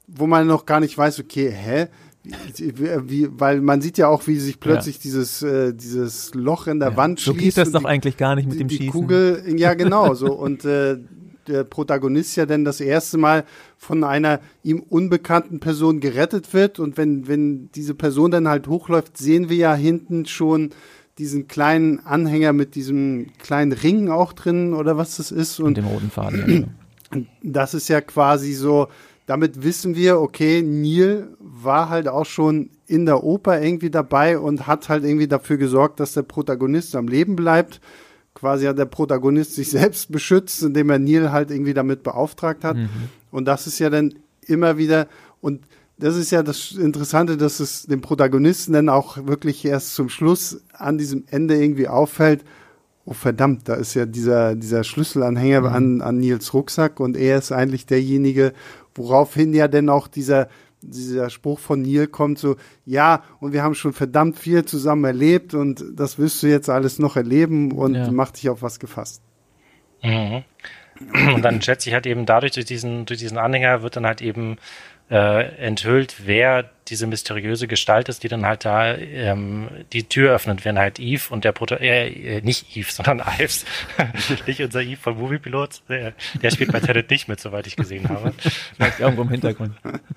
wo man noch gar nicht weiß, okay, weil man sieht ja auch, wie sich plötzlich dieses Loch in der Wand schließt. So geht das doch eigentlich gar nicht mit dem Schießen. Die Kugel, ja genau, so und der Protagonist ja dann das erste Mal von einer ihm unbekannten Person gerettet wird und wenn diese Person dann halt hochläuft, sehen wir ja hinten schon diesen kleinen Anhänger mit diesem kleinen Ring auch drin oder was das ist. Und dem roten Faden. Ja. Das ist ja quasi so, damit wissen wir, okay, Neil war halt auch schon in der Oper irgendwie dabei und hat halt irgendwie dafür gesorgt, dass der Protagonist am Leben bleibt. Quasi hat der Protagonist sich selbst beschützt, indem er Neil halt irgendwie damit beauftragt hat. Und das ist ja dann immer wieder, und das ist ja das Interessante, dass es dem Protagonisten dann auch wirklich erst zum Schluss an diesem Ende irgendwie auffällt, oh verdammt, da ist ja dieser Schlüsselanhänger an Nils Rucksack und er ist eigentlich derjenige, woraufhin ja dann auch dieser Spruch von Neil kommt, so, ja, und wir haben schon verdammt viel zusammen erlebt und das wirst du jetzt alles noch erleben und mach dich auf was gefasst. Und dann schätze ich halt eben dadurch, durch diesen Anhänger wird dann halt eben enthüllt, wer diese mysteriöse Gestalt ist, die dann halt da die Tür öffnet, wenn halt Eve und der nicht Eve, sondern Ives, nicht unser Eve von Moviepilot, der spielt bei Tenet nicht mit, soweit ich gesehen habe. Vielleicht irgendwo im Hintergrund.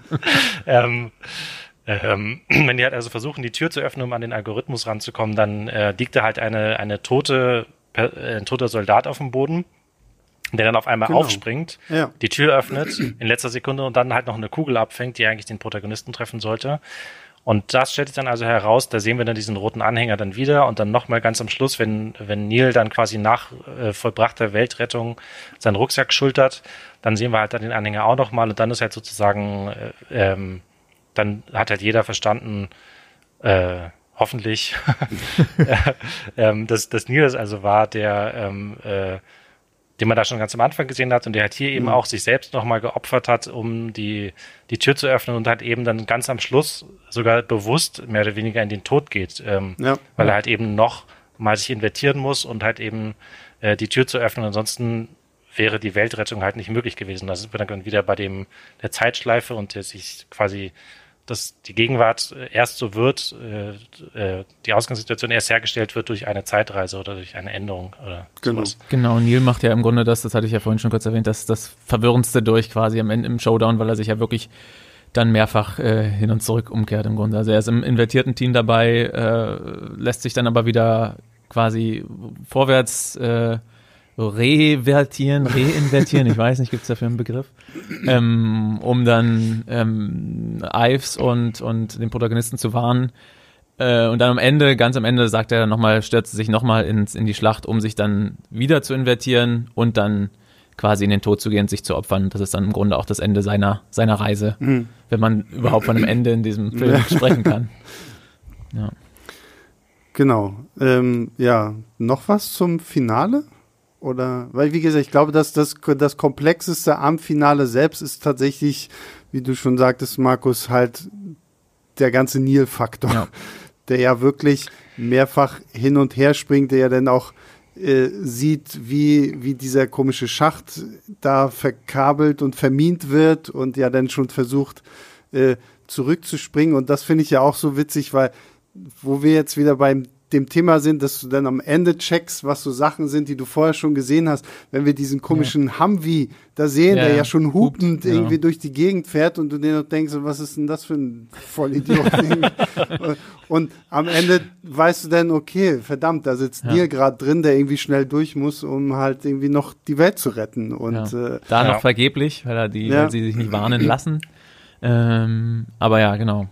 Wenn die halt also versuchen, die Tür zu öffnen, um an den Algorithmus ranzukommen, dann liegt da halt ein toter Soldat auf dem Boden, der dann auf einmal aufspringt, die Tür öffnet in letzter Sekunde und dann halt noch eine Kugel abfängt, die eigentlich den Protagonisten treffen sollte. Und das stellt sich dann also heraus, da sehen wir dann diesen roten Anhänger dann wieder und dann nochmal ganz am Schluss, wenn Neil dann quasi nach vollbrachter Weltrettung seinen Rucksack schultert, dann sehen wir halt dann den Anhänger auch nochmal und dann ist halt sozusagen, dann hat halt jeder verstanden, hoffentlich, dass Neil das also war, den man da schon ganz am Anfang gesehen hat und der halt hier eben auch sich selbst nochmal geopfert hat, um die Tür zu öffnen und halt eben dann ganz am Schluss sogar bewusst mehr oder weniger in den Tod geht, weil er halt eben noch mal sich invertieren muss und halt eben die Tür zu öffnen. Ansonsten wäre die Weltrettung halt nicht möglich gewesen. Da sind wir dann wieder bei der Zeitschleife und der sich quasi dass die Gegenwart erst so wird, die Ausgangssituation erst hergestellt wird durch eine Zeitreise oder durch eine Änderung oder sowas. Genau, Neil macht ja im Grunde das hatte ich ja vorhin schon kurz erwähnt, das Verwirrendste durch quasi am Ende im Showdown, weil er sich ja wirklich dann mehrfach hin und zurück umkehrt im Grunde. Also er ist im invertierten Team dabei, lässt sich dann aber wieder quasi vorwärts reinvertieren, ich weiß nicht, gibt es dafür einen Begriff, um dann Ives und den Protagonisten zu warnen. Und dann ganz am Ende sagt er dann nochmal, stürzt sich nochmal in die Schlacht, um sich dann wieder zu invertieren und dann quasi in den Tod zu gehen, sich zu opfern. Das ist dann im Grunde auch das Ende seiner Reise, wenn man überhaupt von einem Ende in diesem Film sprechen kann. Ja. Genau. Noch was zum Finale? Oder, weil wie gesagt, ich glaube, dass das Komplexeste am Finale selbst ist tatsächlich, wie du schon sagtest, Markus, halt der ganze Neil-Faktor, der ja wirklich mehrfach hin und her springt, der ja dann auch sieht, wie dieser komische Schacht da verkabelt und vermint wird und ja dann schon versucht zurückzuspringen. Und das finde ich ja auch so witzig, weil wo wir jetzt wieder beim dem Thema sind, dass du dann am Ende checkst, was so Sachen sind, die du vorher schon gesehen hast. Wenn wir diesen komischen Humvee da sehen, der ja schon hupend irgendwie durch die Gegend fährt und du dir noch denkst, was ist denn das für ein Vollidiot? Und am Ende weißt du dann, okay, verdammt, da sitzt Neil gerade drin, der irgendwie schnell durch muss, um halt irgendwie noch die Welt zu retten. Und da noch vergeblich, weil sie sich nicht warnen lassen. Aber ja, genau.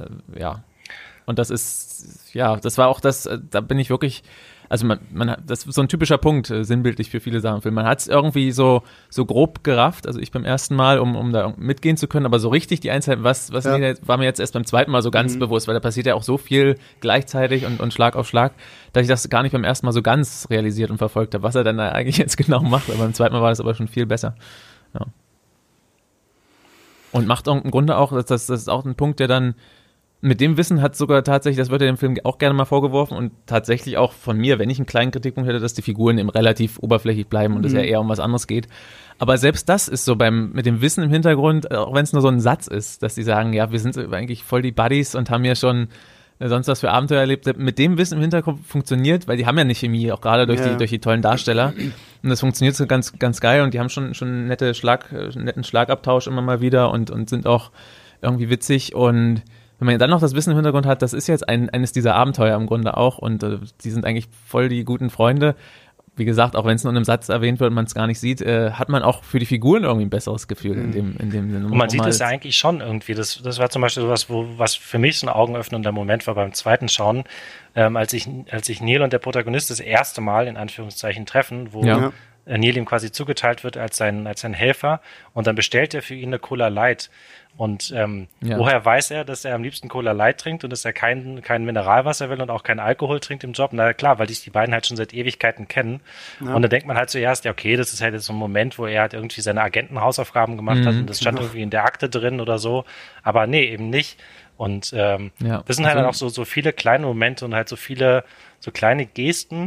Und das ist, das war auch das, da bin ich wirklich, also das ist so ein typischer Punkt, sinnbildlich für viele Sachen im Film. Man hat es irgendwie so grob gerafft, also ich beim ersten Mal, um da mitgehen zu können, aber so richtig die Einzelheiten, was war mir jetzt erst beim zweiten Mal so ganz bewusst, weil da passiert ja auch so viel gleichzeitig und Schlag auf Schlag, dass ich das gar nicht beim ersten Mal so ganz realisiert und verfolgt habe, was er dann da eigentlich jetzt genau macht, aber beim zweiten Mal war das aber schon viel besser. Und macht im Grunde auch, das ist auch ein Punkt, der dann mit dem Wissen hat sogar tatsächlich, das wird ja dem Film auch gerne mal vorgeworfen und tatsächlich auch von mir, wenn ich einen kleinen Kritikpunkt hätte, dass die Figuren eben relativ oberflächlich bleiben und es ja eher um was anderes geht. Aber selbst das ist so mit dem Wissen im Hintergrund, auch wenn es nur so ein Satz ist, dass die sagen, ja, wir sind eigentlich voll die Buddies und haben ja schon sonst was für Abenteuer erlebt. Mit dem Wissen im Hintergrund funktioniert, weil die haben ja eine Chemie, auch gerade durch die tollen Darsteller. Und das funktioniert so ganz, ganz geil und die haben schon einen netten Schlagabtausch immer mal wieder und sind auch irgendwie witzig. Und wenn man dann noch das Wissen im Hintergrund hat, das ist jetzt eines dieser Abenteuer im Grunde auch und die sind eigentlich voll die guten Freunde. Wie gesagt, auch wenn es nur in einem Satz erwähnt wird und man es gar nicht sieht, hat man auch für die Figuren irgendwie ein besseres Gefühl in dem Sinne. Und man sieht es ja eigentlich schon irgendwie. Das war zum Beispiel sowas, was für mich so ein augenöffnender Moment war beim zweiten Schauen, als ich Neil und der Protagonist das erste Mal in Anführungszeichen treffen, wo Neil ihm quasi zugeteilt wird als sein Helfer und dann bestellt er für ihn eine Cola Light. Und woher weiß er, dass er am liebsten Cola Light trinkt und dass er kein Mineralwasser will und auch keinen Alkohol trinkt im Job? Na klar, weil die beiden halt schon seit Ewigkeiten kennen. Ja. Und dann denkt man halt zuerst, ja okay, das ist halt jetzt so ein Moment, wo er halt irgendwie seine Agentenhausaufgaben gemacht hat und das stand irgendwie in der Akte drin oder so. Aber nee, eben nicht. Und das sind halt dann auch so viele kleine Momente und halt so viele so kleine Gesten,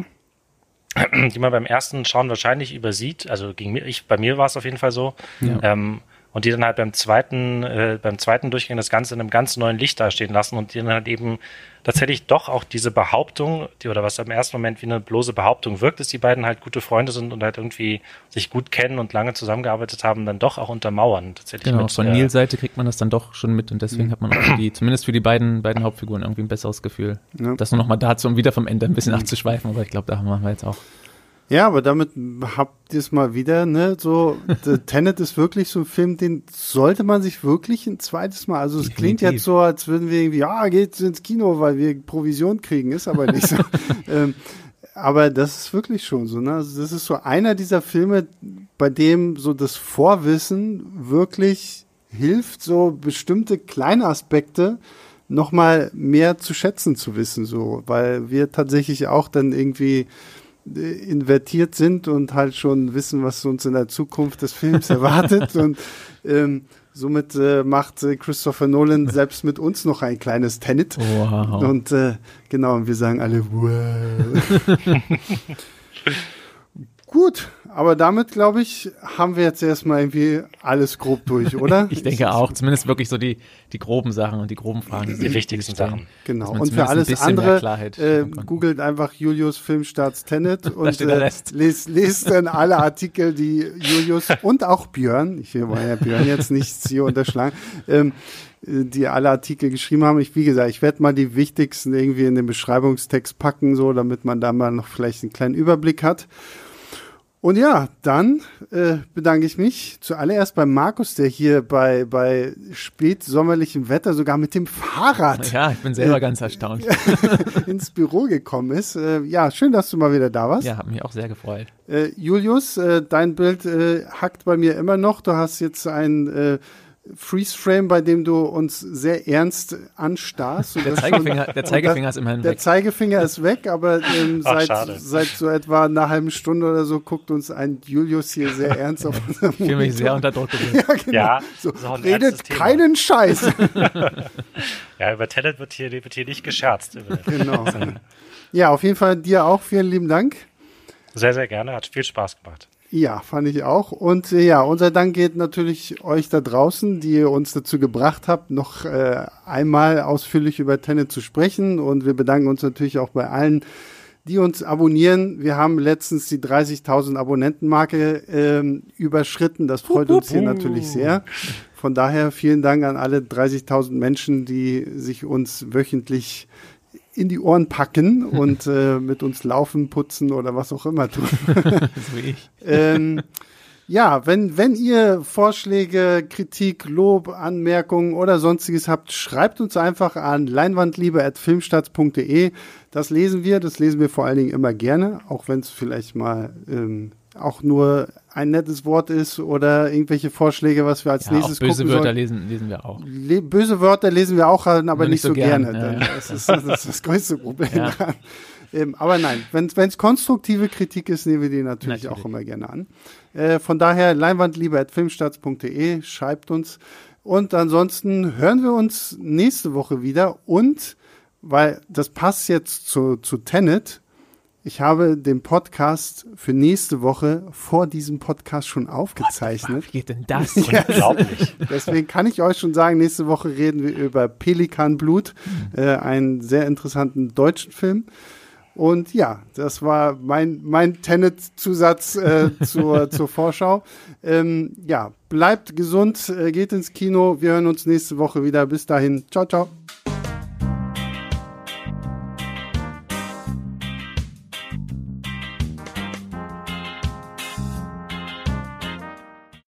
die man beim ersten Schauen wahrscheinlich übersieht. Also bei mir war es auf jeden Fall so. Ja. Und die dann halt beim zweiten Durchgang das Ganze in einem ganz neuen Licht dastehen lassen und die dann halt eben tatsächlich doch auch diese Behauptung, oder was im ersten Moment wie eine bloße Behauptung wirkt, dass die beiden halt gute Freunde sind und halt irgendwie sich gut kennen und lange zusammengearbeitet haben, dann doch auch untermauern. Tatsächlich genau, von Nils Seite kriegt man das dann doch schon mit und deswegen hat man auch zumindest für die beiden Hauptfiguren irgendwie ein besseres Gefühl. Ja. Das nur noch mal dazu, um wieder vom Ende ein bisschen abzuschweifen, aber ich glaube, da haben wir jetzt auch. Ja, aber damit habt ihr es mal wieder, ne, so, Tenet ist wirklich so ein Film, den sollte man sich wirklich ein zweites Mal, also es klingt jetzt so, als würden wir irgendwie, geht's ins Kino, weil wir Provision kriegen, ist aber nicht so. Aber das ist wirklich schon so, ne, also das ist so einer dieser Filme, bei dem so das Vorwissen wirklich hilft, so bestimmte kleine Aspekte noch mal mehr zu schätzen zu wissen, so, weil wir tatsächlich auch dann irgendwie invertiert sind und halt schon wissen, was uns in der Zukunft des Films erwartet und somit macht Christopher Nolan selbst mit uns noch ein kleines Tenet. Wow. Und genau, und wir sagen alle wow. Gut, aber damit, glaube ich, haben wir jetzt erstmal irgendwie alles grob durch, oder? Ich denke auch, zumindest wirklich so die groben Sachen und die groben Fragen. Die wichtigsten Sachen. Genau, und für alles andere googelt einfach Julius Filmstarts Tenet und lest dann alle Artikel, die Julius und auch Björn, ich will ja Björn jetzt nichts hier unterschlagen, die alle Artikel geschrieben haben. Wie gesagt, ich werde mal die wichtigsten irgendwie in den Beschreibungstext packen, so, damit man da mal noch vielleicht einen kleinen Überblick hat. Und ja, dann bedanke ich mich zuallererst bei Markus, der hier bei spätsommerlichem Wetter sogar mit dem Fahrrad ich bin selber ganz erstaunt ins Büro gekommen ist. Ja, schön, dass du mal wieder da warst. Ja, hat mich auch sehr gefreut. Julius, dein Bild hackt bei mir immer noch. Du hast jetzt ein Freeze-Frame, bei dem du uns sehr ernst anstarrst. Der Zeigefinger ist immerhin weg. Der Zeigefinger ist weg, aber seit so etwa einer halben Stunde oder so guckt uns ein Julius hier sehr ernst auf unserem Monitor. Ich fühle mich sehr unter Druck gesetzt. Ja, genau. Ja, so, redet keinen Scheiß. Ja, über Tenet wird hier nicht gescherzt. Genau. Ja, auf jeden Fall dir auch vielen lieben Dank. Sehr, sehr gerne. Hat viel Spaß gemacht. Ja, fand ich auch. Und ja, unser Dank geht natürlich euch da draußen, die ihr uns dazu gebracht habt, noch einmal ausführlich über Tenet zu sprechen. Und wir bedanken uns natürlich auch bei allen, die uns abonnieren. Wir haben letztens die 30.000 Abonnentenmarke überschritten. Das freut uns hier natürlich sehr. Von daher vielen Dank an alle 30.000 Menschen, die sich uns wöchentlich in die Ohren packen und mit uns laufen, putzen oder was auch immer tun. So wie ich. Ja, wenn ihr Vorschläge, Kritik, Lob, Anmerkungen oder sonstiges habt, schreibt uns einfach an leinwandliebe@filmstarts.de. Das lesen wir vor allen Dingen immer gerne, auch wenn es vielleicht mal auch nur ein nettes Wort ist oder irgendwelche Vorschläge, was wir als nächstes gucken sollen. Böse Wörter lesen wir auch. Böse Wörter lesen wir auch, aber nicht so gerne. Ja. Das ist das größte Problem daran. Aber nein, wenn es konstruktive Kritik ist, nehmen wir die natürlich auch immer gerne an. Von daher leinwandliebe@filmstarts.de, schreibt uns. Und ansonsten hören wir uns nächste Woche wieder. Und, weil das passt jetzt zu Tenet, ich habe den Podcast für nächste Woche vor diesem Podcast schon aufgezeichnet. Wie geht denn das? Unglaublich. Deswegen kann ich euch schon sagen, nächste Woche reden wir über Pelikanblut, einen sehr interessanten deutschen Film. Und ja, das war mein Tenet-Zusatz zur Vorschau. Ja, bleibt gesund, geht ins Kino. Wir hören uns nächste Woche wieder. Bis dahin. Ciao, ciao.